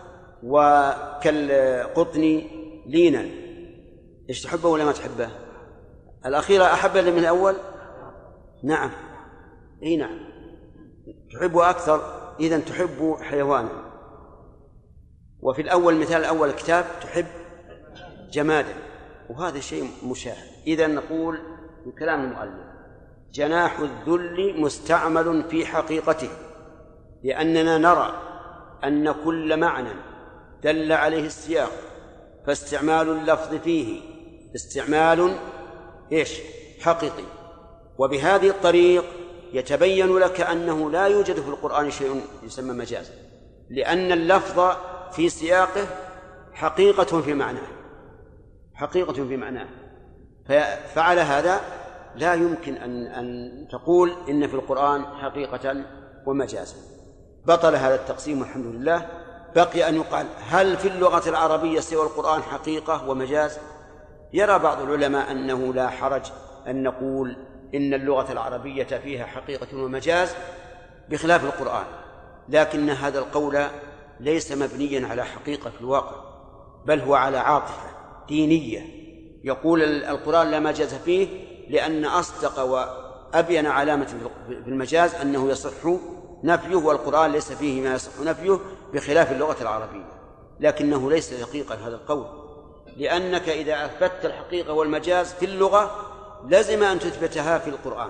وكالقطن لينا. إيش تحبه ولا ما تحبه؟ الأخيرة أحب من الأول؟ نعم، إيه نعم، تحبه أكثر. إذن تحب حيوانا. وفي الأول مثال الأول كتاب تحب جمادا، وهذا شيء مشاهد. إذن نقول بكلام المؤلف: جناح الذل مستعمل في حقيقته، لأننا نرى أن كل معنى دل عليه السياق فاستعمال اللفظ فيه استعمال حقيقي. وبهذه الطريق يتبين لك أنه لا يوجد في القرآن شيء يسمى مجازا، لأن اللفظ في سياقه حقيقة في معناه، حقيقة في معناه. فعلى هذا لا يمكن أن تقول إن في القرآن حقيقة ومجازا. بطل هذا التقسيم والحمد لله. بقي أن يقال: هل في اللغة العربية سوى القرآن حقيقة ومجاز؟ يرى بعض العلماء أنه لا حرج أن نقول إن اللغة العربية فيها حقيقة ومجاز بخلاف القرآن، لكن هذا القول ليس مبنيا على حقيقة في الواقع، بل هو على عاطفة دينية. يقول القرآن لا مجاز فيه لأن أصدق وأبين علامة في المجاز أنه يصح نفيه، والقرآن ليس فيه ما يصح نفيه بخلاف اللغة العربية. لكنه ليس دقيقا هذا القول، لأنك إذا أثبتت الحقيقة والمجاز في اللغة لازم أن تثبتها في القرآن.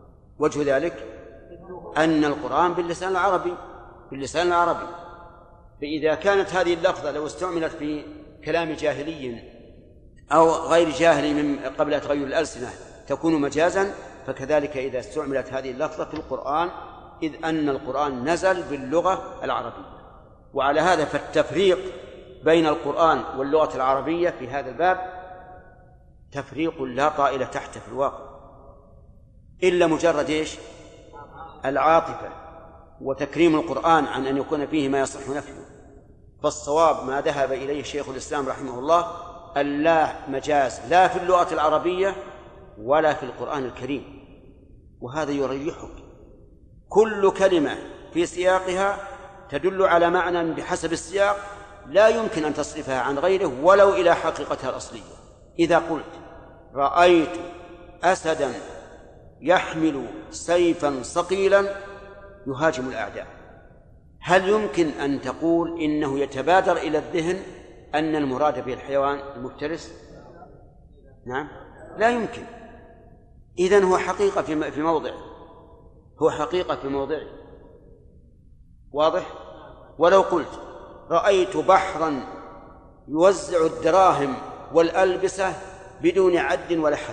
وجه ذلك أن القرآن باللسان العربي، فإذا كانت هذه اللفظة لو استعملت في كلام جاهلي أو غير جاهلي من قبل تغير الألسنة تكون مجازا، فكذلك إذا استعملت هذه اللفظة في القرآن، إذ أن القرآن نزل باللغة العربية. وعلى هذا فالتفريق بين القرآن واللغة العربية في هذا الباب تفريق لا طائل تحته في الواقع، إلا مجرد إيش؟ العاطفة وتكريم القرآن عن أن يكون فيه ما يصح نفيه. فالصواب ما ذهب إليه شيخ الإسلام رحمه الله أن لا مجاز لا في اللغة العربية ولا في القرآن الكريم، وهذا يريحك. كل كلمة في سياقها تدل على معنى بحسب السياق لا يمكن أن تصرفها عن غيره ولو إلى حقيقتها الأصلية. إذا قلت رأيت أسدا يحمل سيفا صقيلا يهاجم الأعداء، هل يمكن أن تقول إنه يتبادر إلى الذهن أن المراد به الحيوان المفترس؟ نعم، لا يمكن. إذن هو حقيقة في موضع، هو حقيقة في موضعه، واضح؟ ولو قلت رأيت بحرا يوزع الدراهم والألبسة بدون عد ولا حد،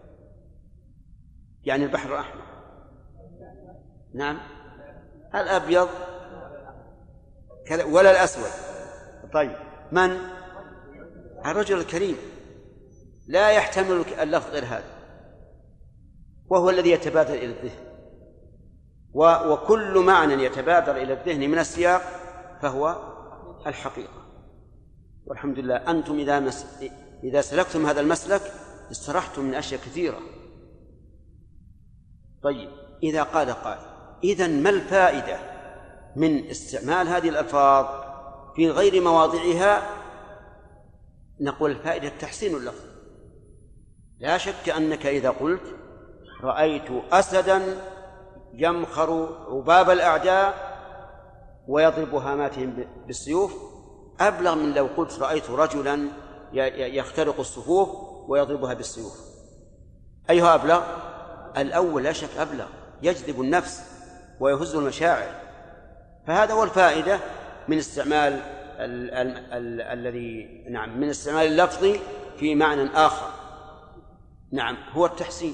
يعني البحر الأحمر، نعم، الأبيض ولا الأسود. طيب، من؟ الرجل الكريم لا يحتمل اللفظ غير هذا، وهو الذي يتبادر إلى الذهن. وكل معنى يتبادر إلى الذهن من السياق فهو الحقيقة. والحمد لله أنتم إذا سلكتم هذا المسلك استرحتم من أشياء كثيرة. طيب، إذا قال قائل إذن ما الفائدة من استعمال هذه الألفاظ في غير مواضعها؟ نقول الفائدة تحسين اللفظ. لا شك أنك إذا قلت رأيت أسدا يمخر عباب الأعداء ويضرب هاماتهم بالسيوف أبلغ من لو قلت رأيت رجلا يخترق الصفوف ويضربها بالسيوف. أيها أبلغ؟ الأول لا شك أبلغ، يجذب النفس ويهز المشاعر. فهذا هو الفائدة من استعمال الذي نعم من استعمال اللفظ في معنى آخر. نعم، هو التحسين.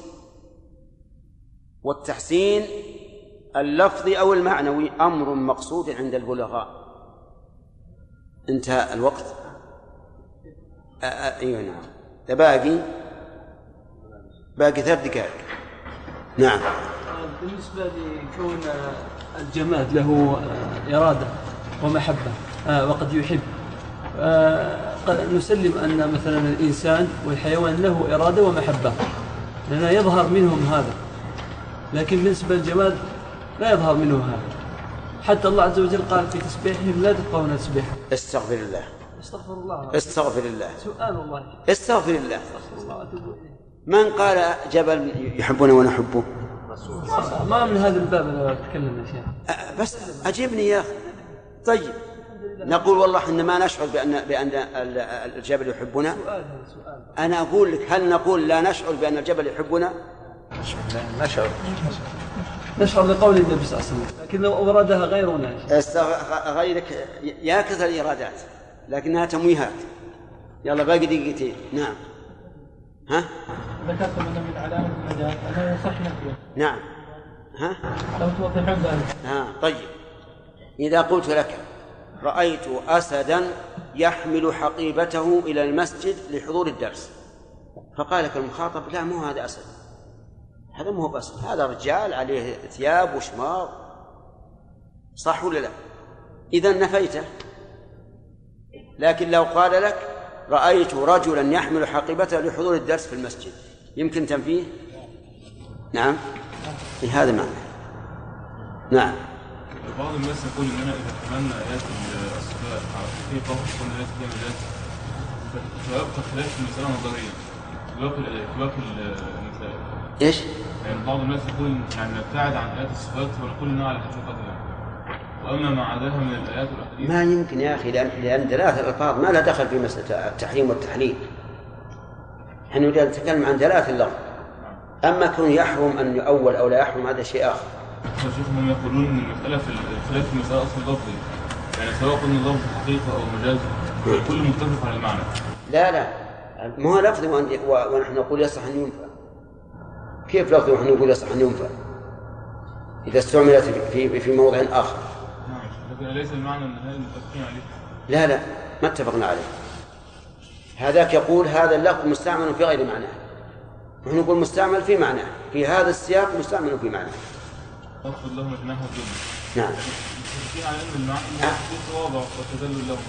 والتحسين اللفظي أو المعنوي أمر مقصود عند البلغاء. انتهى الوقت. أيوة نعم، باقي 3 دقائق. نعم. بالنسبة لكون الجماد له إرادة ومحبة وقد يحب، قد نسلم أن مثلا الإنسان والحيوان له إرادة ومحبة لأنه يظهر منهم هذا، لكن بالنسبة للجماد لا يظهر منه هذا. حتى الله عز وجل قال في تسبيحهم لا تفقهون تسبيحهم. استغفر الله. استغفر الله. استغفر الله. سؤال الله. استغفر الله. استغفر الله وأتوب إليه. من قال جبل يحبنا ونحبه؟ ما من هذا الباب أنا أتكلم يا شيخ. بس أجيبني يا أخي. طيب، نقول والله إحنا ما نشعر بأن الجبل يحبنا. سؤال. أنا أقول لك هل نقول لا نشعر بأن الجبل يحبنا؟ نشعر بقول النبي صلى الله عليه وسلم، لكن لو أورادها غيرنا غيرك ياكث الإرادات لكنها تمويهات. يلا باقي دقيقتين. نعم. ها؟ ذكرتم أن من علامة المجاز أنه يصح نفيه. نعم. ها؟ لو توضحون ذلك. طيب، إذا قلت لك رأيت أسدا يحمل حقيبته إلى المسجد لحضور الدرس، فقال لك المخاطب لا مو هذا أسد، هذا مو هو أسد، هذا رجال عليه ثياب وشماغ، صح ولا لا؟ إذن نفيته. لكن لو قال لك رأيت رجلا يحمل حقيبته لحضور الدرس في المسجد، يمكن تنفيه؟ نعم، في هذا معنى. نعم. بعض الناس يقول إننا إذا حملنا آيات الصفات على الحقيقة وقلنا آيات فيها مجاز فيبقى خلاف المسألة نظريا باقي المسائل. إيش؟ يعني بعض الناس يقول يعني نبتعد عن آيات الصفات ونقول إنها على حقيقتها، وأما ما عداها من الآيات والأحاديث ما يمكن يا أخي، لأن دلالة الألفاظ ما لا دخل في مسألة التحريم والتحليل. نحن نتكلم عن دلالة اللفظ، أما كون يحرم أن يؤول أو لا يحرم هذا شيء آخر. شيخهم يقولون إن المسألة في الخلاف في المسألة أصل لفظي، يعني سواء قلنا لفظ حقيقة أو مجاز كل متفق على المعنى. لا ما هو لفظ ونحن نقول يصح أن ينفع. كيف لفظ ونحن نقول يصح أن ينفع إذا استعملت في موضع آخر؟ لكن ليس المعنى أن هذا متفقين عليه. لا ما اتفقنا عليه. هذاك يقول هذا اللفظ مستعمل في غير معناه، نحن نقول مستعمل في معناه، في هذا السياق مستعمل في معناه. أخذ لهم جناح الذل. نعم. متفقين على أن المعنى في تواضع وتذلل لهم.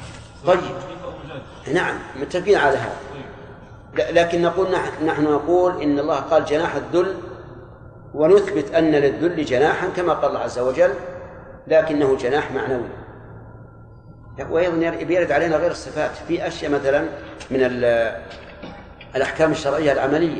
طيب. نعم متفقين على هذا. لكن نحن نقول إن الله قال جناح الذل، ونثبت أن للذل جناحا كما قال الله عز وجل، لكنه جناح معنوي. وأيضا يرد علينا غير الصفات في أشياء مثلا من الأحكام الشرعية العملية.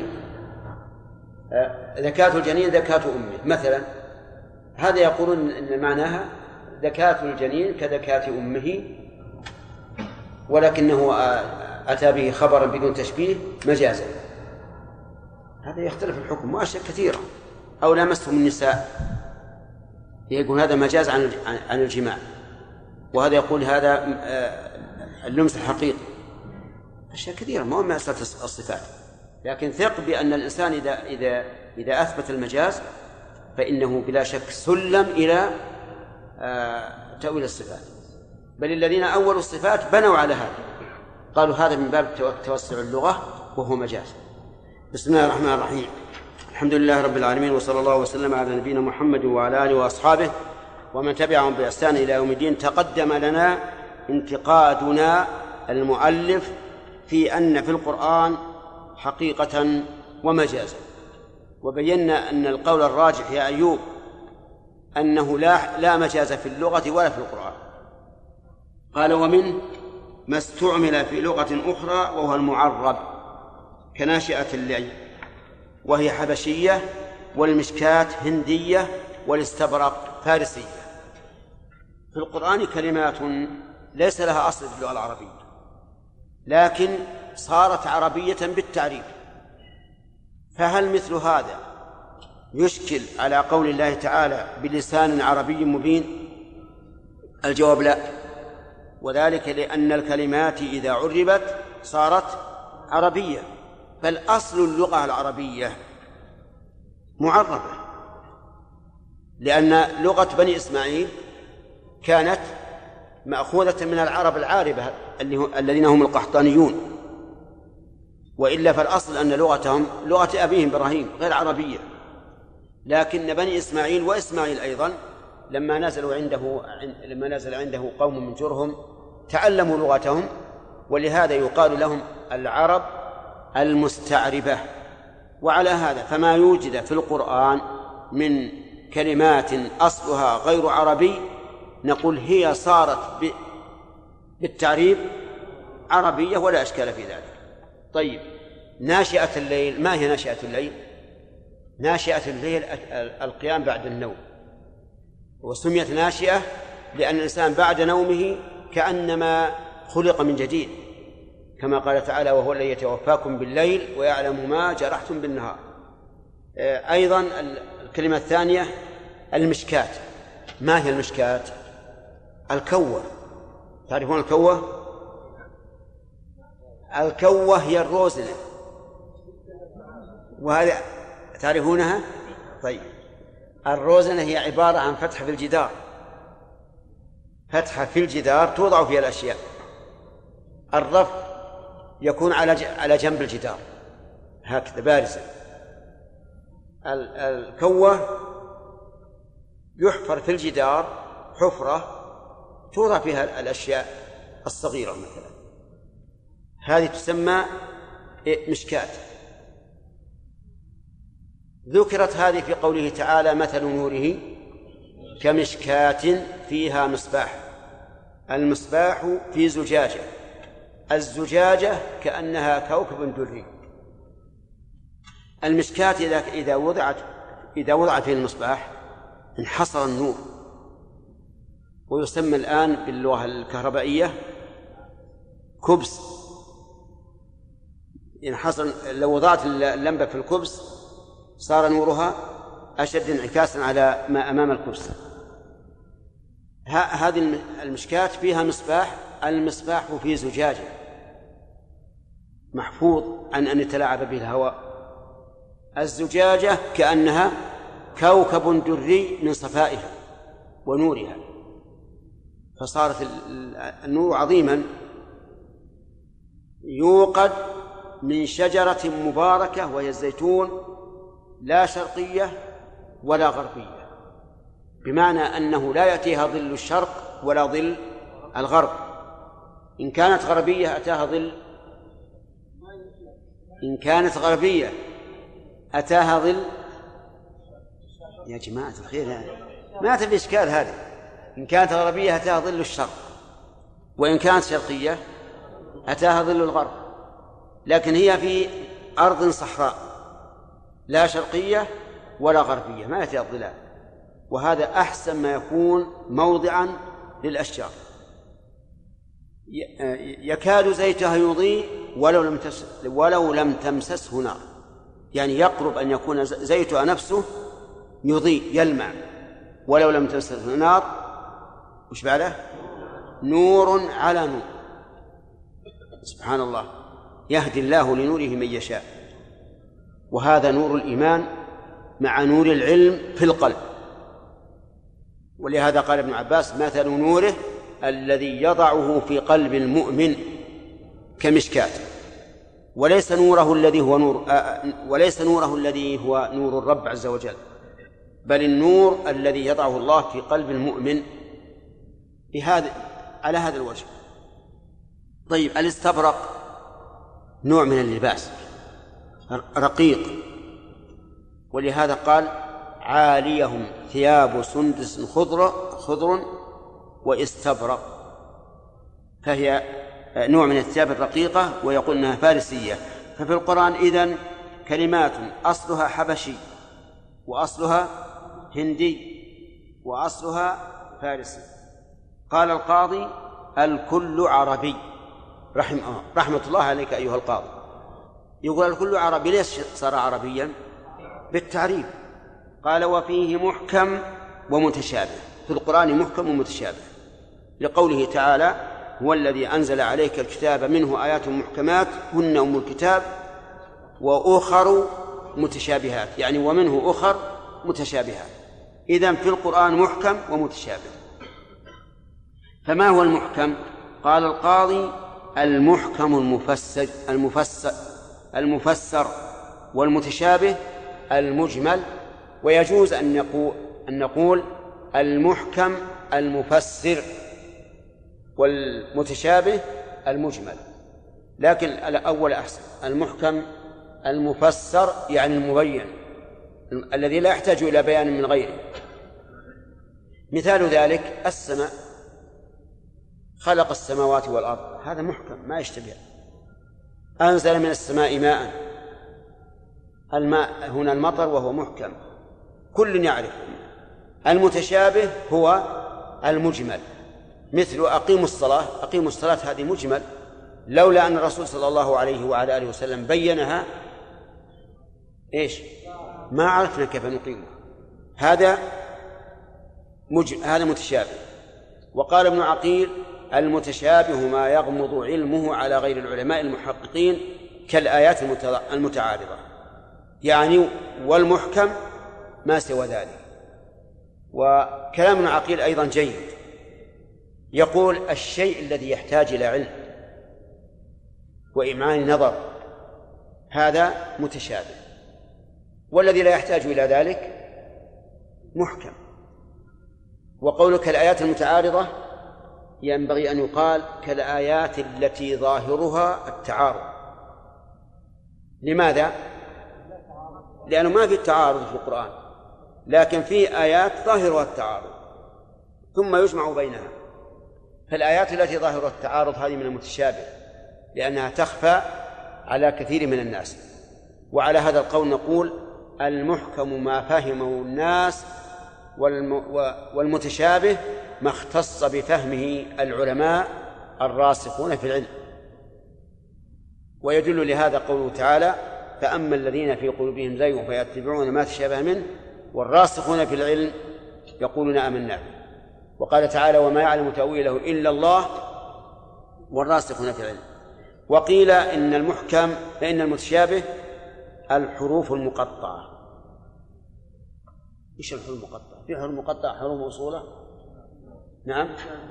زكاة الجنين زكاة أمه مثلا، هذا يقولون إن معناها زكاة الجنين كزكاة أمه، ولكنه أتى به خبرا بدون تشبيه مجازا. هذا يختلف الحكم وأشياء كثيرة. أو لامستم النساء يقول هذا مجاز عن الجماع، وهذا يقول هذا اللمس الحقيقي. أشياء كثيرة ما هو مسألة الصفات، لكن ثق بأن الإنسان إذا أثبت المجاز فإنه بلا شك سلم إلى تأويل الصفات. بل الذين أولوا الصفات بنوا على هذا، قالوا هذا من باب توسع اللغة وهو مجاز. بسم الله الرحمن الرحيم. الحمد لله رب العالمين، وصلى الله وسلم على نبينا محمد وعلى آله وأصحابه ومن تبعهم بإحسان إلى يوم الدين. تقدم لنا انتقادنا المؤلف في أن في القرآن حقيقة ومجازا، وبينا أن القول الراجح يا أيوب أنه لا مجاز في اللغة ولا في القرآن. قال ومن ما استعمل في لغة أخرى وهو المعرب كناشئة الليل، وهي حبشية، والمشكاة هندية، والاستبرق فارسية. في القرآن كلمات ليس لها أصل في اللغة العربية، لكن صارت عربية بالتعريف. فهل مثل هذا يشكل على قول الله تعالى بلسان عربي مبين؟ الجواب لا، وذلك لأن الكلمات إذا عربت صارت عربية، بل أصل اللغة العربية معربة، لأن لغة بني إسماعيل كانت مأخوذة من العرب العاربة الذين هم القحطانيون، وإلا فالأصل أن لغتهم لغة أبيهم إبراهيم غير عربية. لكن بني إسماعيل وإسماعيل أيضا لما نزل عنده قوم من جرهم تعلموا لغتهم، ولهذا يقال لهم العرب المستعربة. وعلى هذا فما يوجد في القرآن من كلمات أصلها غير عربي نقول هي صارت بالتعريب عربية ولا أشكال في ذلك. طيب، ناشئة الليل، ما هي ناشئة الليل؟ ناشئة الليل القيام بعد النوم، وسميت ناشئة لأن الإنسان بعد نومه كأنما خلق من جديد، كما قال تعالى وهو الذي يتوفاكم بالليل ويعلم ما جرحتم بالنهار. أيضا الكلمة الثانية المشكاة. ما هي المشكاة؟ الكوة. تعرفون الكوة؟ الكوة هي الروزنة، وهذا تعرفونها؟ طيب، الروزنة هي عبارة عن فتحة في الجدار، فتحة في الجدار توضع فيها الأشياء. الرف يكون على جنب الجدار هكذا بارزا. الكوة يحفر في الجدار حفرة توضع فيها الأشياء الصغيرة مثلا، هذه تسمى مشكاة. ذكرت هذه في قوله تعالى مثل نوره كمشكاة فيها مصباح. المصباح في زجاجة، الزجاجة كأنها كوكب دري. المشكاة إذا وضعت في المصباح انحصر النور، ويسمى الآن باللغة الكهربائية كبس. ينحصر، لو وضعت اللمبة في الكبس صار نورها أشد انعكاسا على ما أمام الكبس. هذه المشكاة فيها مصباح، المصباح في زجاجة محفوظ عن أن يتلاعب به الهواء. الزجاجة كأنها كوكب دري من صفائها ونورها، فصارت النور عظيما، يوقد من شجرة مباركة وهي الزيتون، لا شرقية ولا غربية، بمعنى أنه لا يأتيها ظل الشرق ولا ظل الغرب. إن كانت غربية أتاها ظل، إن كانت غربية أتاها ظل. يا جماعة الخير ما تبي إشكال هذا. إن كانت غربية أتاها ظل الشرق، وإن كانت شرقية أتاها ظل الغرب، لكن هي في أرض صحراء لا شرقية ولا غربية، ما يأتيها الظلال، وهذا أحسن ما يكون موضعا للأشجار. يكاد زيتها يضيء ولو لم تمسسه نار، يعني يقرب أن يكون زيتها نفسه يضيء يلمع ولو لم تمسسه نار. وش بعده؟ نور على نور. سبحان الله، يهدي الله لنوره من يشاء. وهذا نور الإيمان مع نور العلم في القلب. ولهذا قال ابن عباس: مثل نوره الذي يضعه في قلب المؤمن كمشكاة. وليس نوره الذي هو نور الرب عز وجل، بل النور الذي يضعه الله في قلب المؤمن على هذا الوجه. طيب، الاستبرق نوع من اللباس رقيق، ولهذا قال: عاليهم ثياب سندس خضر واستبرق، فهي نوع من الثياب الرقيقة، ويقول أنها فارسية. ففي القرآن إذن كلمات أصلها حبشي وأصلها هندي وأصلها فارسي. قال القاضي: الكل عربي. رحمة الله عليك أيها القاضي. يقول الكل عربي، ليش صار عربيا؟ بالتعريف. قال: وفيه محكم ومتشابه. في القرآن محكم ومتشابه، لقوله تعالى: هو الذي أنزل عليك الكتاب منه آيات محكمات هن أم الكتاب وأخر متشابهات، يعني ومنه أخر متشابهات. إذن في القرآن محكم ومتشابه. فما هو المحكم؟ قال القاضي: المحكم المفسر والمتشابه المجمل. ويجوز أن نقول المحكم المفسر والمتشابه المجمل، لكن الأول أحسن. المحكم المفسر يعني المبين، الذي لا يحتاج إلى بيان من غيره. مثال ذلك السماء، خلق السماوات والأرض، هذا محكم ما يشتبه. أنزل من السماء ماء، الماء هنا المطر وهو محكم كل يعرف. المتشابه هو المجمل، مثل أقيموا الصلاة هذه مجمل، لولا أن الرسول صلى الله عليه وعلى آله وسلم بينها ما عرفنا كيف نقيمها. هذا متشابه. وقال ابن عقيل: المتشابه ما يغمض علمه على غير العلماء المحققين كالآيات المتعارضة، يعني والمحكم ما سوى ذلك. وكلام ابن عقيل أيضا جيد، يقول: الشيء الذي يحتاج إلى علم وإمعان نظر هذا متشابه، والذي لا يحتاج إلى ذلك محكم. وقولك الآيات المتعارضة ينبغي أن يقال كالآيات التي ظاهرها التعارض. لماذا؟ لأنه ما في التعارض في القرآن، لكن في آيات ظاهرها التعارض ثم يجمع بينها. فالآيات التي ظاهرها التعارض هذه من المتشابه، لأنها تخفى على كثير من الناس. وعلى هذا القول نقول: المحكم ما فهمه الناس، والمتشابه ما اختص بفهمه العلماء الراسخون في العلم. ويدل لهذا قوله تعالى: فأما الذين في قلوبهم زيغ فيتبعون ما تشابه منه والراسخون في العلم يقولون آمنا به. وقال تعالى وما يعلم تأويله إلا الله والراسخون في العلم. وقيل إن المتشابه الحروف المقطعة. إيش الحروف المقطعة؟ في حروف مقطعة حروف موصولة؟ نعم،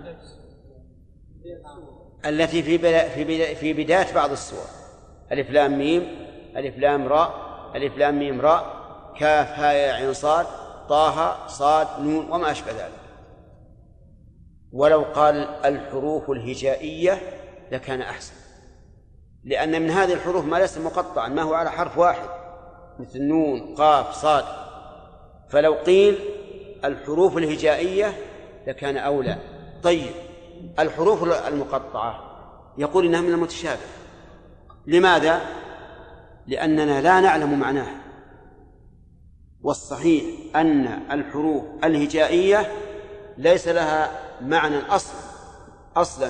التي في بداية بعض السور، ألف لام ميم، ألف لام راء، ألف لام ميم راء، كاف هاء يا عين صاد، طه صاد نون وما أشبه ذلك. ولو قال الحروف الهجائية لكان أحسن، لأن من هذه الحروف ما ليس مقطعا، ما هو على حرف واحد مثل نون قاف صاد. فلو قيل الحروف الهجائية لكان أولى. طيب الحروف المقطعة يقول إنها من المتشابه. لماذا؟ لأننا لا نعلم معناها، والصحيح أن الحروف الهجائية ليس لها معنى أصلا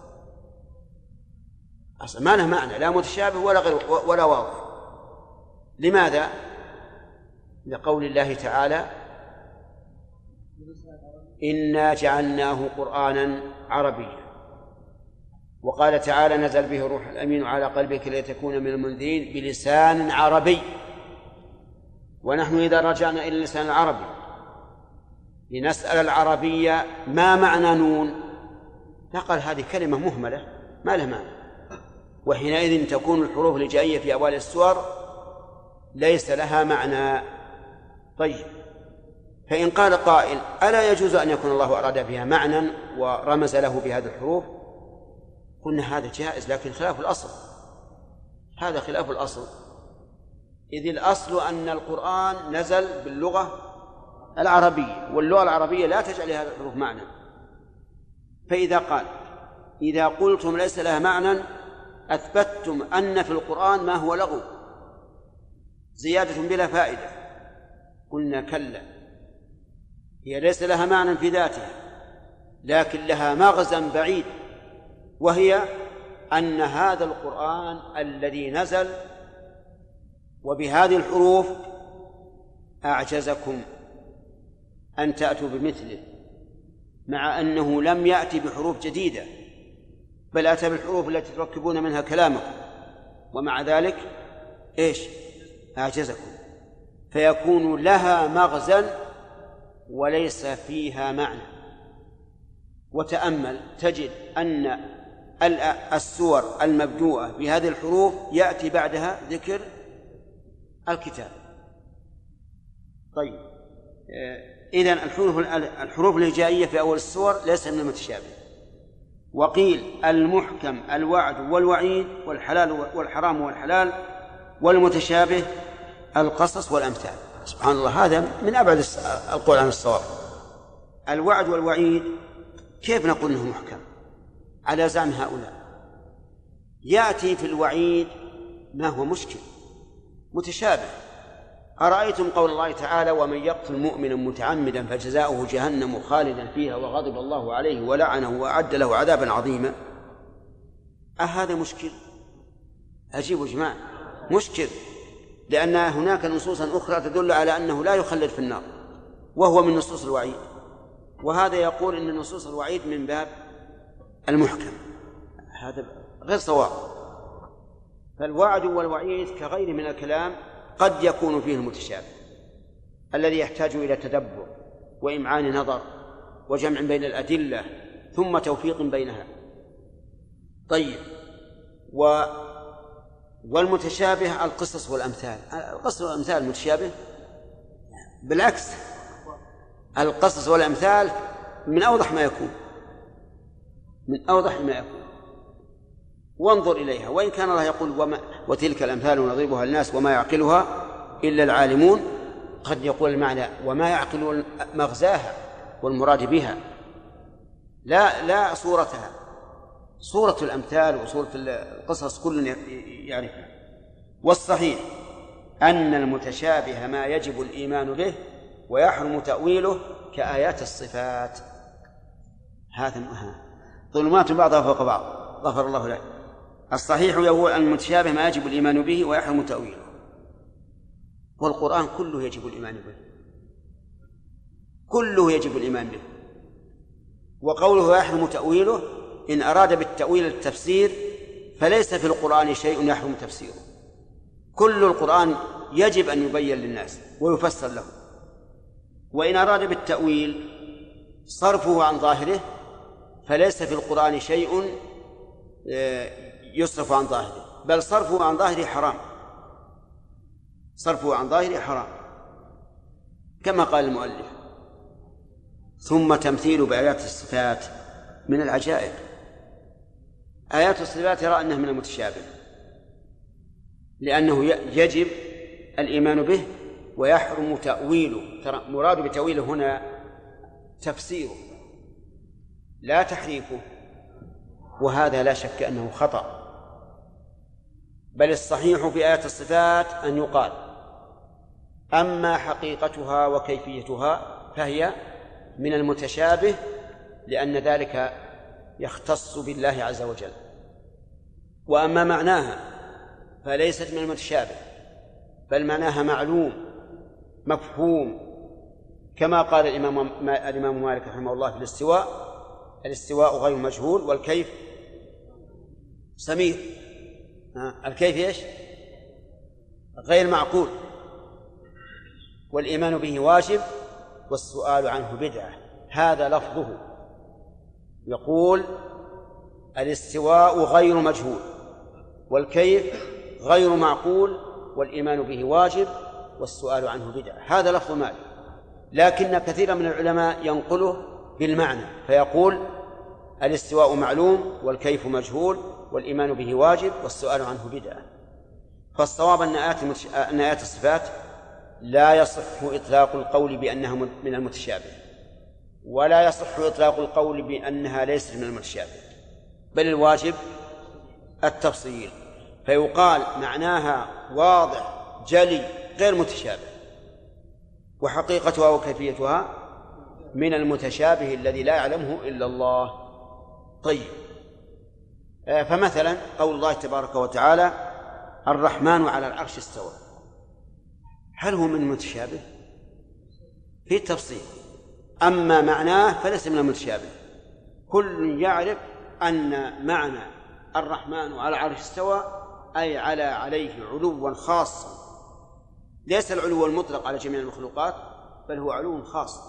ما لها معنى، لا متشابه ولا واضح. لماذا؟ لقول الله تعالى إنا جعلناه قرآنا عربيا. وقال تعالى نزل به الروح الأمين على قلبك لتكون من المنذرين بلسان عربي. ونحن إذا رجعنا إلى اللسان العربي لنسأل العربية ما معنى نون، نقل هذه كلمة مهملة ما لها معنى، وحينئذ تكون الحروف الهجائية في أوائل السور ليس لها معنى. طيب فإن قال قائل ألا يجوز أن يكون الله أراد بها معنى ورمز له بهذه الحروف؟ قلنا هذا جائز، لكن خلاف الأصل، هذا خلاف الأصل، إذ الأصل أن القرآن نزل باللغة العربية، واللغة العربية لا تجعل هذه الحروف معنى. فإذا قال إذا قلتم ليس لها معنى أثبتتم أن في القرآن ما هو لغو زيادة بلا فائدة. قلنا كلا، هي ليس لها معنى في ذاتها، لكن لها مغزى بعيد، وهي أن هذا القرآن الذي نزل وبهذه الحروف أعجزكم أن تأتوا بمثله، مع أنه لم يأتي بحروف جديدة بل أتى بالحروف التي تركبون منها كلامكم، ومع ذلك إيش؟ أعجزكم. فيكون لها مغزى وليس فيها معنى. وتأمل تجد أن السور المبدوءة بهذه الحروف يأتي بعدها ذكر الكتاب. طيب إذن الحروف الهجائية في أول السور ليس من المتشابه. وقيل المحكم الوعد والوعيد والحلال والحرام والحلال، والمتشابه القصص والأمثال. سبحان الله، هذا من أبعد القول عن الصواب. الوعد والوعيد كيف نقول أنه محكم على زعم هؤلاء؟ يأتي في الوعيد ما هو مشكل متشابه. أرأيتم قول الله تعالى ومن يقتل مؤمنا متعمدا فجزاؤه جهنم خالدا فيها وغضب الله عليه ولعنه وأعد له عذابا عظيما. هذا مشكل؟ أجيبوا جماعة، مشكل، لأن هناك نصوصا أخرى تدل على أنه لا يخلد في النار، وهو من نصوص الوعيد، وهذا يقول إن نصوص الوعيد من باب المحكم. هذا غير صواب. فالوعد والوعيد كغير من الكلام قد يكون فيه المتشابه الذي يحتاج إلى تدبر وإمعان نظر وجمع بين الأدلة ثم توفيق بينها. طيب والمتشابه القصص والأمثال. القصص والأمثال متشابه؟ بالعكس، القصص والأمثال من أوضح ما يكون، من أوضح ما يكون. وانظر إليها، وإن كان الله يقول وتلك الأمثال نضربها للناس وما يعقلها إلا العالمون، قد يقول المعنى وما يعقل مغزاها والمراد بها، لا صورتها. صورة الأمثال وصورة القصص كل يعرفها. والصحيح أن المتشابه ما يجب الإيمان به ويحرم تأويله كآيات الصفات. هذا ظلمات بعضها فوق بعض، غفر الله له. الصحيح يقول أن المتشابه ما يجب الإيمان به ويحرم تأويله، والقرآن كله يجب الإيمان به، كله يجب الإيمان به. وقوله يحرم تأويله إن أراد بالتأويل التفسير فليس في القرآن شيء يحرم تفسيره، كل القرآن يجب أن يبين للناس ويفسر له. وإن أراد بالتأويل صرفه عن ظاهره فليس في القرآن شيء يصرف عن ظاهره، بل صرفه عن ظاهره حرام، صرفه عن ظاهره حرام كما قال المؤلف. ثم تمثيل بآيات الصفات من العجائب. آيات الصفات يرى أنها من المتشابه لأنه يجب الإيمان به ويحرم تأويله. ترى مراد بتأويله هنا تفسيره لا تحريفه، وهذا لا شك أنه خطأ، بل الصحيح في آيات الصفات أن يقال أما حقيقتها وكيفيتها فهي من المتشابه، لأن ذلك يختص بالله عز وجل، وأما معناها فليست من المتشابه، بل معناها معلوم مفهوم، كما قال الإمام مالك رحمه الله في الاستواء غير مجهول والكيف سميع. الكيف إيش؟ غير معقول، والإيمان به واجب والسؤال عنه بدعة. هذا لفظه، يقول الاستواء غير مجهول والكيف غير معقول والإيمان به واجب والسؤال عنه بدعة. هذا لفظ مالك، لكن كثيرا من العلماء ينقله بالمعنى فيقول الاستواء معلوم والكيف مجهول والإيمان به واجب والسؤال عنه بدعة. فالصواب أن آيات الصفات لا يصح إطلاق القول بأنها من المتشابه، ولا يصح إطلاق القول بأنها ليست من المتشابه، بل الواجب التفصيل، فيقال معناها واضح جلي غير متشابه، وحقيقتها وكيفيتها من المتشابه الذي لا يعلمه إلا الله. طيب، فمثلا قول الله تبارك وتعالى الرحمن على العرش استوى، هل هو من المتشابه؟ في التفصيل. أما معناه فليس من المتشابه، كل يعرف أن معنى الرحمن على العرش استوى أي عليه علوا خاصا، ليس العلو المطلق على جميع المخلوقات، بل هو علو خاص.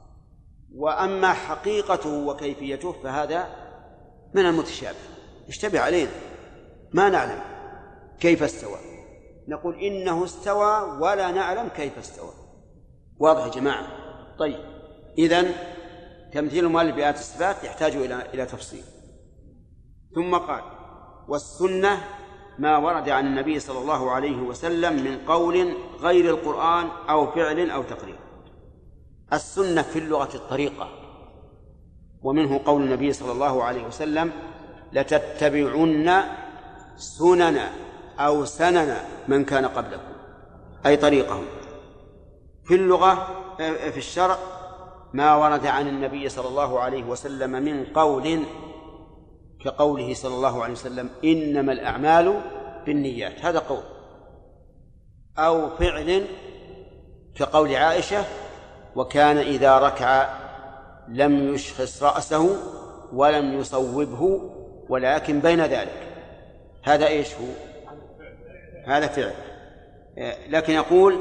وأما حقيقته وكيفيته فهذا من المتشابه، اشتبه علينا ما نعلم كيف استوى، نقول إنه استوى ولا نعلم كيف استوى. واضح يا جماعة؟ طيب، إذن تمثيل المؤلف بآيات الصفات يحتاج إلى تفصيل. ثم قال والسنة ما ورد عن النبي صلى الله عليه وسلم من قول غير القرآن أو فعل أو تقرير. السنة في اللغة الطريقة، ومنه قول النبي صلى الله عليه وسلم لتتبعن سنن أو سنن من كان قبلكم، أي طريقهم. في اللغة في الشرع ما ورد عن النبي صلى الله عليه وسلم من قول كقوله صلى الله عليه وسلم إنما الأعمال بالنيات، هذا قول، أو فعل كقول عائشة وكان إذا ركع لم يشخص رأسه ولم يصوبه ولكن بين ذلك، هذا إيش هو؟ هذا فعل. لكن يقول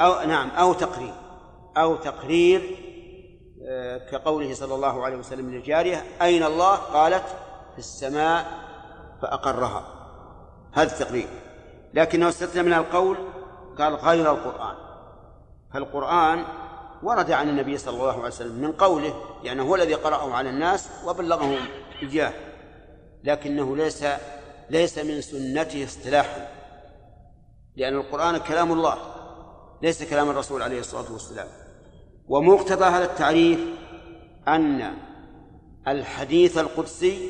أو تقرير كقوله صلى الله عليه وسلم للجارية أين الله؟ قالت في السماء فأقرها، هذا التقرير. لكنه استثنى من القول قال غير القرآن، فالقرآن ورد عن النبي صلى الله عليه وسلم من قوله، يعني هو الذي قرأه على الناس وبلغهم إياه، لكنه ليس من سنته اصطلاحا، لأن القرآن كلام الله ليس كلام الرسول عليه الصلاة والسلام. ومقتضى هذا التعريف أن الحديث القدسي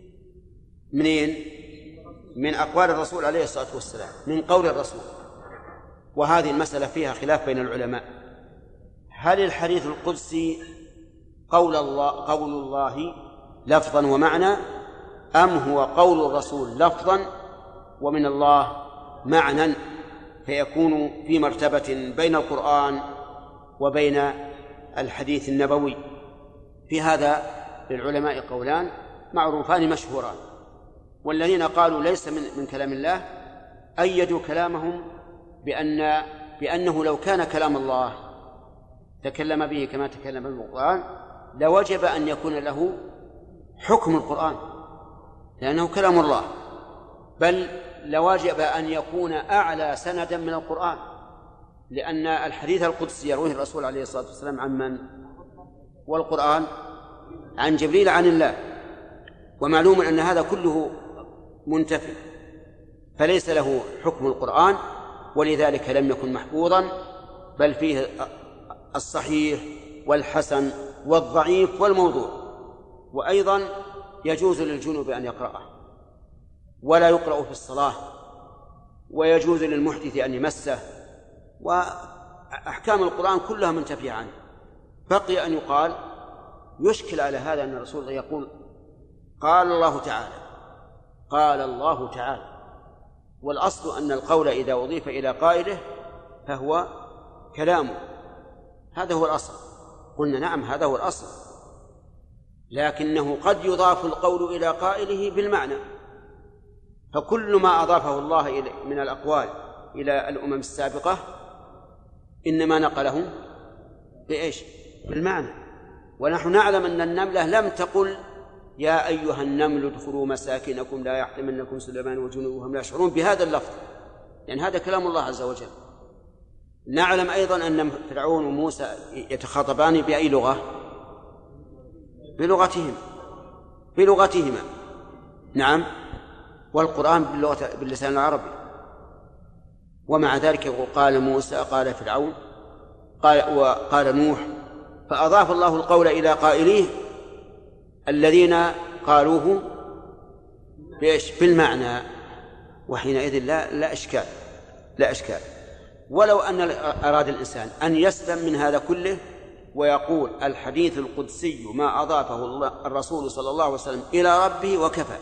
من أقوال الرسول عليه الصلاة والسلام، من قول الرسول. وهذه المسألة فيها خلاف بين العلماء، هل الحديث القدسي قول الله لفظا ومعنى، أم هو قول الرسول لفظا ومن الله معنى، فيكون في مرتبة بين القرآن وبين الحديث النبوي. في هذا للعلماء قولان معروفان مشهوران، والذين قالوا ليس من كلام الله أيدوا كلامهم بأنه لو كان كلام الله تكلم به كما تكلم بالقرآن لوجب أن يكون له حكم القرآن لأنه كلام الله، بل لوجب أن يكون أعلى سندا من القرآن، لأن الحديث القدسي يرويه الرسول عليه الصلاة والسلام عن من؟ والقرآن عن جبريل عن الله، ومعلوم أن هذا كله منتفي، فليس له حكم القرآن، ولذلك لم يكن محفوظا، بل فيه الصحيح والحسن والضعيف والموضوع. وأيضا يجوز للجنوب أن يقرأه ولا يقرأ في الصلاة، ويجوز للمحدث أن يمسه، وأحكام القرآن كلها منتفية عنه. بقي أن يقال يشكل على هذا أن الرسول يقول قال الله تعالى قال الله تعالى، والأصل أن القول إذا أضيف إلى قائله فهو كلامه، هذا هو الأصل. قلنا نعم هذا هو الأصل، لكنه قد يضاف القول إلى قائله بالمعنى، فكل ما أضافه الله من الأقوال إلى الأمم السابقة إنما نقلهم بإيش؟ بالمعنى. ونحن نعلم أن النملة لم تقل يا أيها النمل ادخلوا مساكنكم لا يحطمنكم سليمان وجنوده وهم لا يشعرون بهذا اللفظ، لأن هذا كلام الله عز وجل. نعلم أيضا أن فرعون وموسى يتخاطبان بأي لغة؟ بلغتهما. نعم، والقرآن باللسان العربي. ومع ذلك يقول قال موسى قال فرعون وقال نوح، فأضاف الله القول إلى قائليه الذين قالوه بالمعنى، وحينئذ لا إشكال. ولو أن أراد الإنسان أن يسلم من هذا كله ويقول الحديث القدسي ما أضافه الرسول صلى الله عليه وسلم إلى ربه وكفى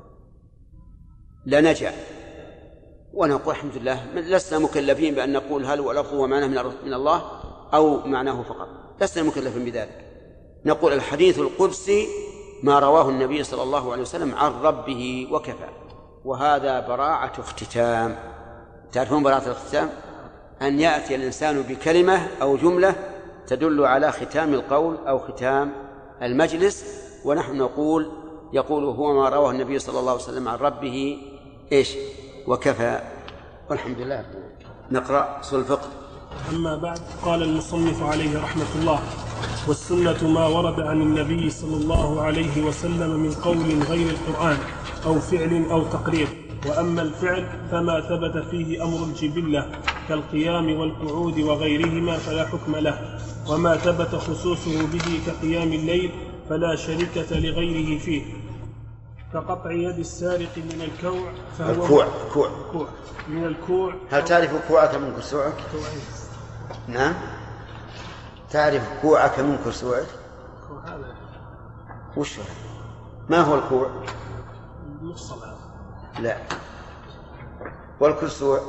لنجا، ونقول الحمد لله لسنا مكلفين بأن نقول هل هو لفظه ومعناه من الله أو معناه فقط، لسنا مكلفين بذلك. نقول الحديث القدسي ما رواه النبي صلى الله عليه وسلم عن ربه وكفى، وهذا براعة اختتام. تعرفون براعة الاختتام؟ أن يأتي الإنسان بكلمة أو جملة تدل على ختام القول أو ختام المجلس، ونحن يقول هو ما رواه النبي صلى الله عليه وسلم عن ربه وكفى، والحمد لله. نقرأ أصول الفقه. أما بعد، قال المصنف عليه رحمة الله: والسنة ما ورد عن النبي صلى الله عليه وسلم من قول غير القرآن أو فعل أو تقرير. وأما الفعل فما ثبت فيه أمر الجبلة كالقيام والقعود وغيرهما فلا حكم له، وما ثبت خصوصه به كقيام الليل فلا شركة لغيره فيه، كقطع يد السارق من الكوع فهو كوع من الكوع. هل تعرف كوعك من كرسوعك؟ نعم، تعرف كوعك من كرسوعك؟ وش هو؟ ما هو الكوع؟ المفصل هذا. لا، والكرسوع.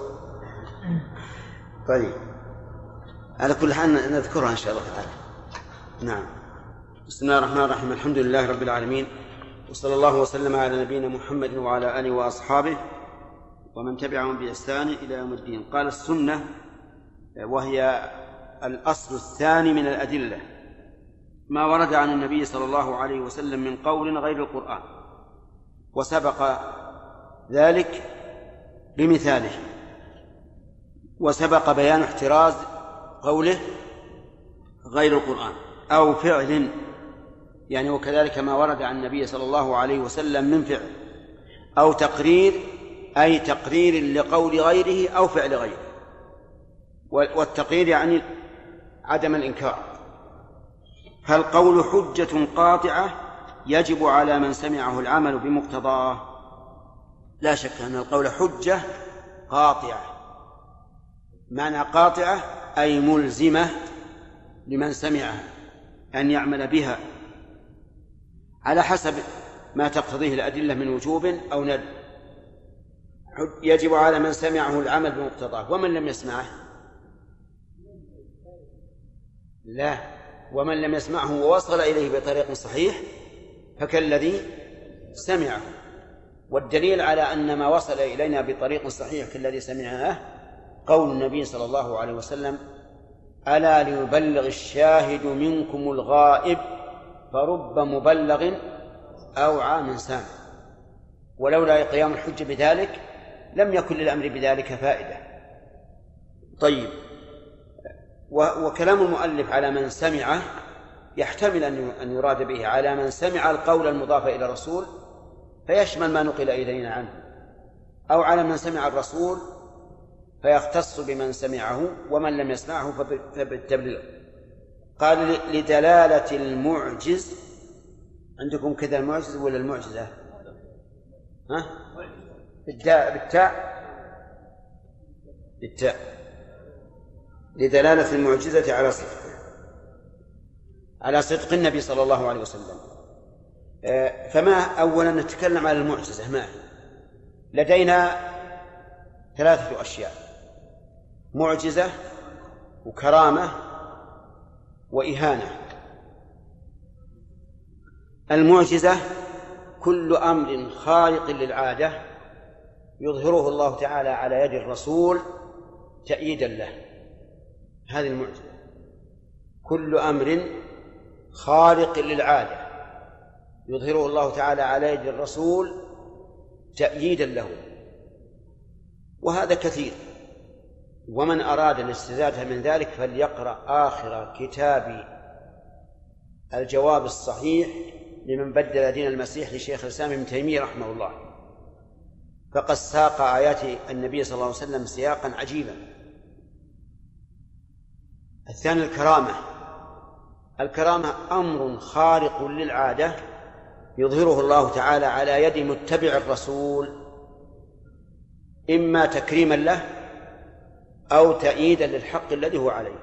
طيب، على كل حال نذكرها إن شاء الله تعالى. نعم. بسم الله الرحمن الرحيم، الحمد لله رب العالمين، وصلى الله وسلم على نبينا محمد وعلى آله وأصحابه ومن تبعهم بإحسان إلى يوم الدين. قال السنة وهي الأصل الثاني من الأدلة ما ورد عن النبي صلى الله عليه وسلم من قول غير القرآن، وسبق ذلك بمثاله، وسبق بيان احتراز قوله غير القرآن أو فعل، يعني وكذلك ما ورد عن النبي صلى الله عليه وسلم من فعل، أو تقرير أي تقرير لقول غيره أو فعل غيره. والتقرير يعني عدم الإنكار. فالقول حجة قاطعة يجب على من سمعه العمل بمقتضاه. لا شك أن القول حجة قاطعة، معنى قاطعة أي ملزمة لمن سمعها أن يعمل بها على حسب ما تقتضيه الأدلة من وجوب أو ندب. يجب على من سمعه العمل بمقتضاه. ومن لم يسمعه لا، ومن لم يسمعه ووصل إليه بطريق صحيح فكالذي سمعه. والدليل على أن ما وصل إلينا بطريق صحيح كالذي سمعناه قول النبي صلى الله عليه وسلم: ألا ليبلغ الشاهد منكم الغائب فرب مبلغ أوعى من سامع. ولولا قيام الحج بذلك لم يكن للأمر بذلك فائدة. طيب، وكلام المؤلف على من سمعه يحتمل أن يراد به على من سمع القول المضاف إلى الرسول فيشمل ما نقل إلينا عنه، أو على من سمع الرسول فيختص بمن سمعه، ومن لم يسمعه فبالتبليغ. قال: لدلالة المعجز. عندكم كذا المعجز ولا المعجزة؟ ها؟ بالتاء. لدلالة المعجزة على صدق النبي صلى الله عليه وسلم. فما أولا نتكلم على المعجزة. ما هي؟ لدينا 3 أشياء: معجزة وكرامة وإهانة. المعجزة كل أمر خارق للعادة يظهره الله تعالى على يد الرسول تأييدا له. هذه المعجزة. كل أمر خارق للعادة يظهره الله تعالى على يد الرسول تأييدا له، وهذا كثير. ومن أراد الاستزادة من ذلك فليقرأ آخر كتاب الجواب الصحيح لمن بدل دين المسيح لشيخ الإسلام ابن تيمية رحمه الله، فقد ساق آيات النبي صلى الله عليه وسلم سياقا عجيبا. الثاني الكرامة أمر خارق للعادة يظهره الله تعالى على يد متبع الرسول، إما تكريما له أو تأييدا للحق الذي هو عليه.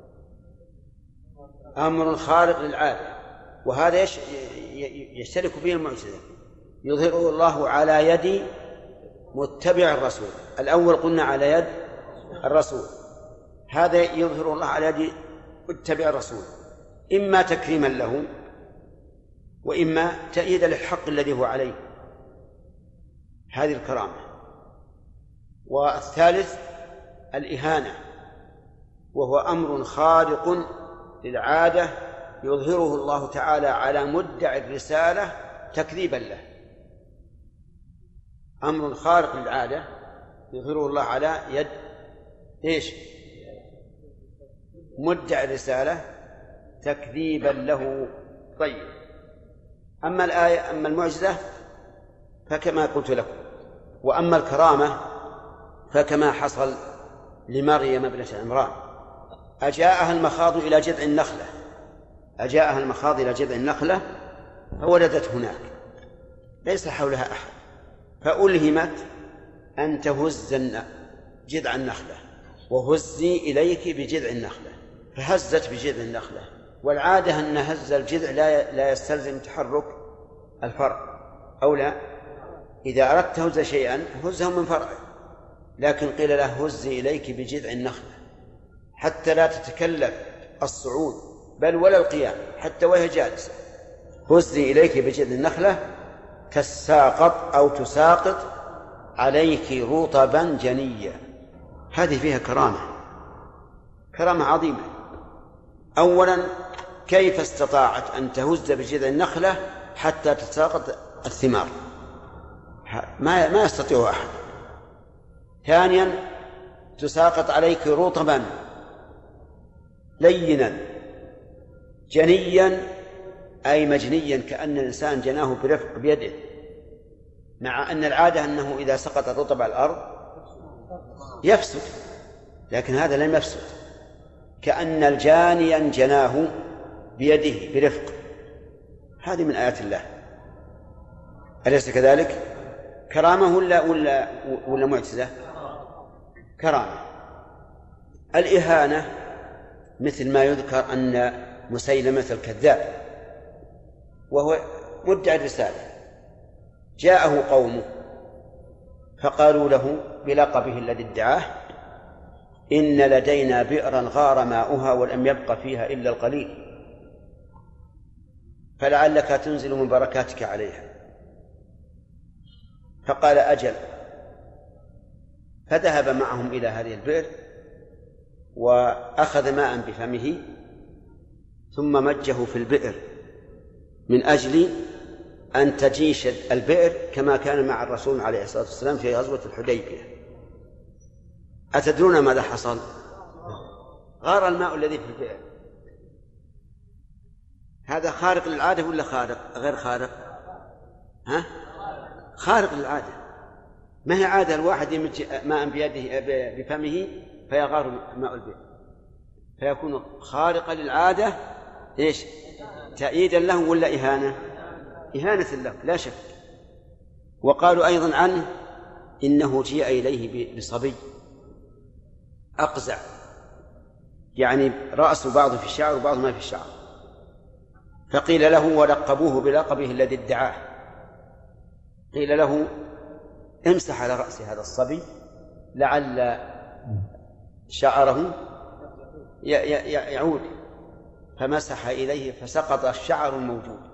أمر خارق للعادة، وهذا يشترك فيه المعجزة، يظهره الله على يد متبع الرسول. الأول قلنا على يد الرسول، هذا يظهر الله على يد متبع الرسول، إما تكريما له وإما تأييدا للحق الذي هو عليه. هذه الكرامة. والثالث الإهانة، وهو أمر خارق للعادة يظهره الله تعالى على مدعي الرسالة تكذيبا له. أمر خارق للعادة يظهره الله على يد مدعي الرسالة تكذيبا له. طيب، أما المعجزة فكما قلت لكم، وأما الكرامة فكما حصل لمريم ابنة عمران. أجاءها المخاض إلى جذع النخلة فولدت هناك ليس حولها أحد، فألهمت أن تهز جذع النخلة، وهزي إليك بجذع النخلة، فهزت بجذع النخلة. والعادة أن هز الجذع لا يستلزم تحرك الفرع، أو لا، إذا أردت هز شيئا هزه من فرعه، لكن قيل له هزي إليك بجذع النخلة حتى لا تتكلف الصعود بل ولا القيام حتى وهي جالسة. هزي إليك بجذع النخلة تساقط أو تساقط عليك رطبا جنيا. هذه فيها كرامة عظيمة. أولا، كيف استطاعت أن تهز بجذع النخلة حتى تساقط الثمار؟ ما يستطيع أحد. ثانيا، تساقط عليك رطبا لينا جنيا أي مجنيا، كأن الإنسان جناه برفق بيده، مع أن العادة أنه إذا سقط الرطب على الأرض يفسد، لكن هذا لم يفسد، كأن الجانيا جناه بيده برفق. هذه من آيات الله، أليس كذلك؟ كرامة ولا معجزة؟ كرامة. الإهانة مثل ما يذكر أن مسيلمة الكذاب وهو مدعي الرسالة جاءه قومه فقالوا له بلقبه الذي ادعاه: إن لدينا بئرا غار ماؤها ولم يبق فيها إلا القليل. فلعلك تنزل من بركاتك عليها. فقال أجل. فذهب معهم إلى هذه البئر وأخذ ماء بفمه ثم مجه في البئر من أجل أن تجيش البئر كما كان مع الرسول عليه الصلاة والسلام في غزوة الحديبية. أتدرون ماذا حصل؟ غار الماء الذي في البئر. هذا خارق للعادة ولا غير خارق؟ ها؟ خارق للعادة. ما هي عادة الواحد يمج ماء بيده بفمه فيغار ماء البئر، فيكون خارقا للعادة. إيش؟ تأييدا له ولا إهانة؟ إهانة له لا شك. وقالوا أيضا عنه إنه جيء إليه بصبي أقزع، يعني رأسه بعضه في الشعر وبعضه ما في الشعر، فقيل له ولقبوه بلقبه الذي ادعاه، قيل له امسح على رأس هذا الصبي لعل شعره يعود، فمسح إليه فسقط الشعر الموجود.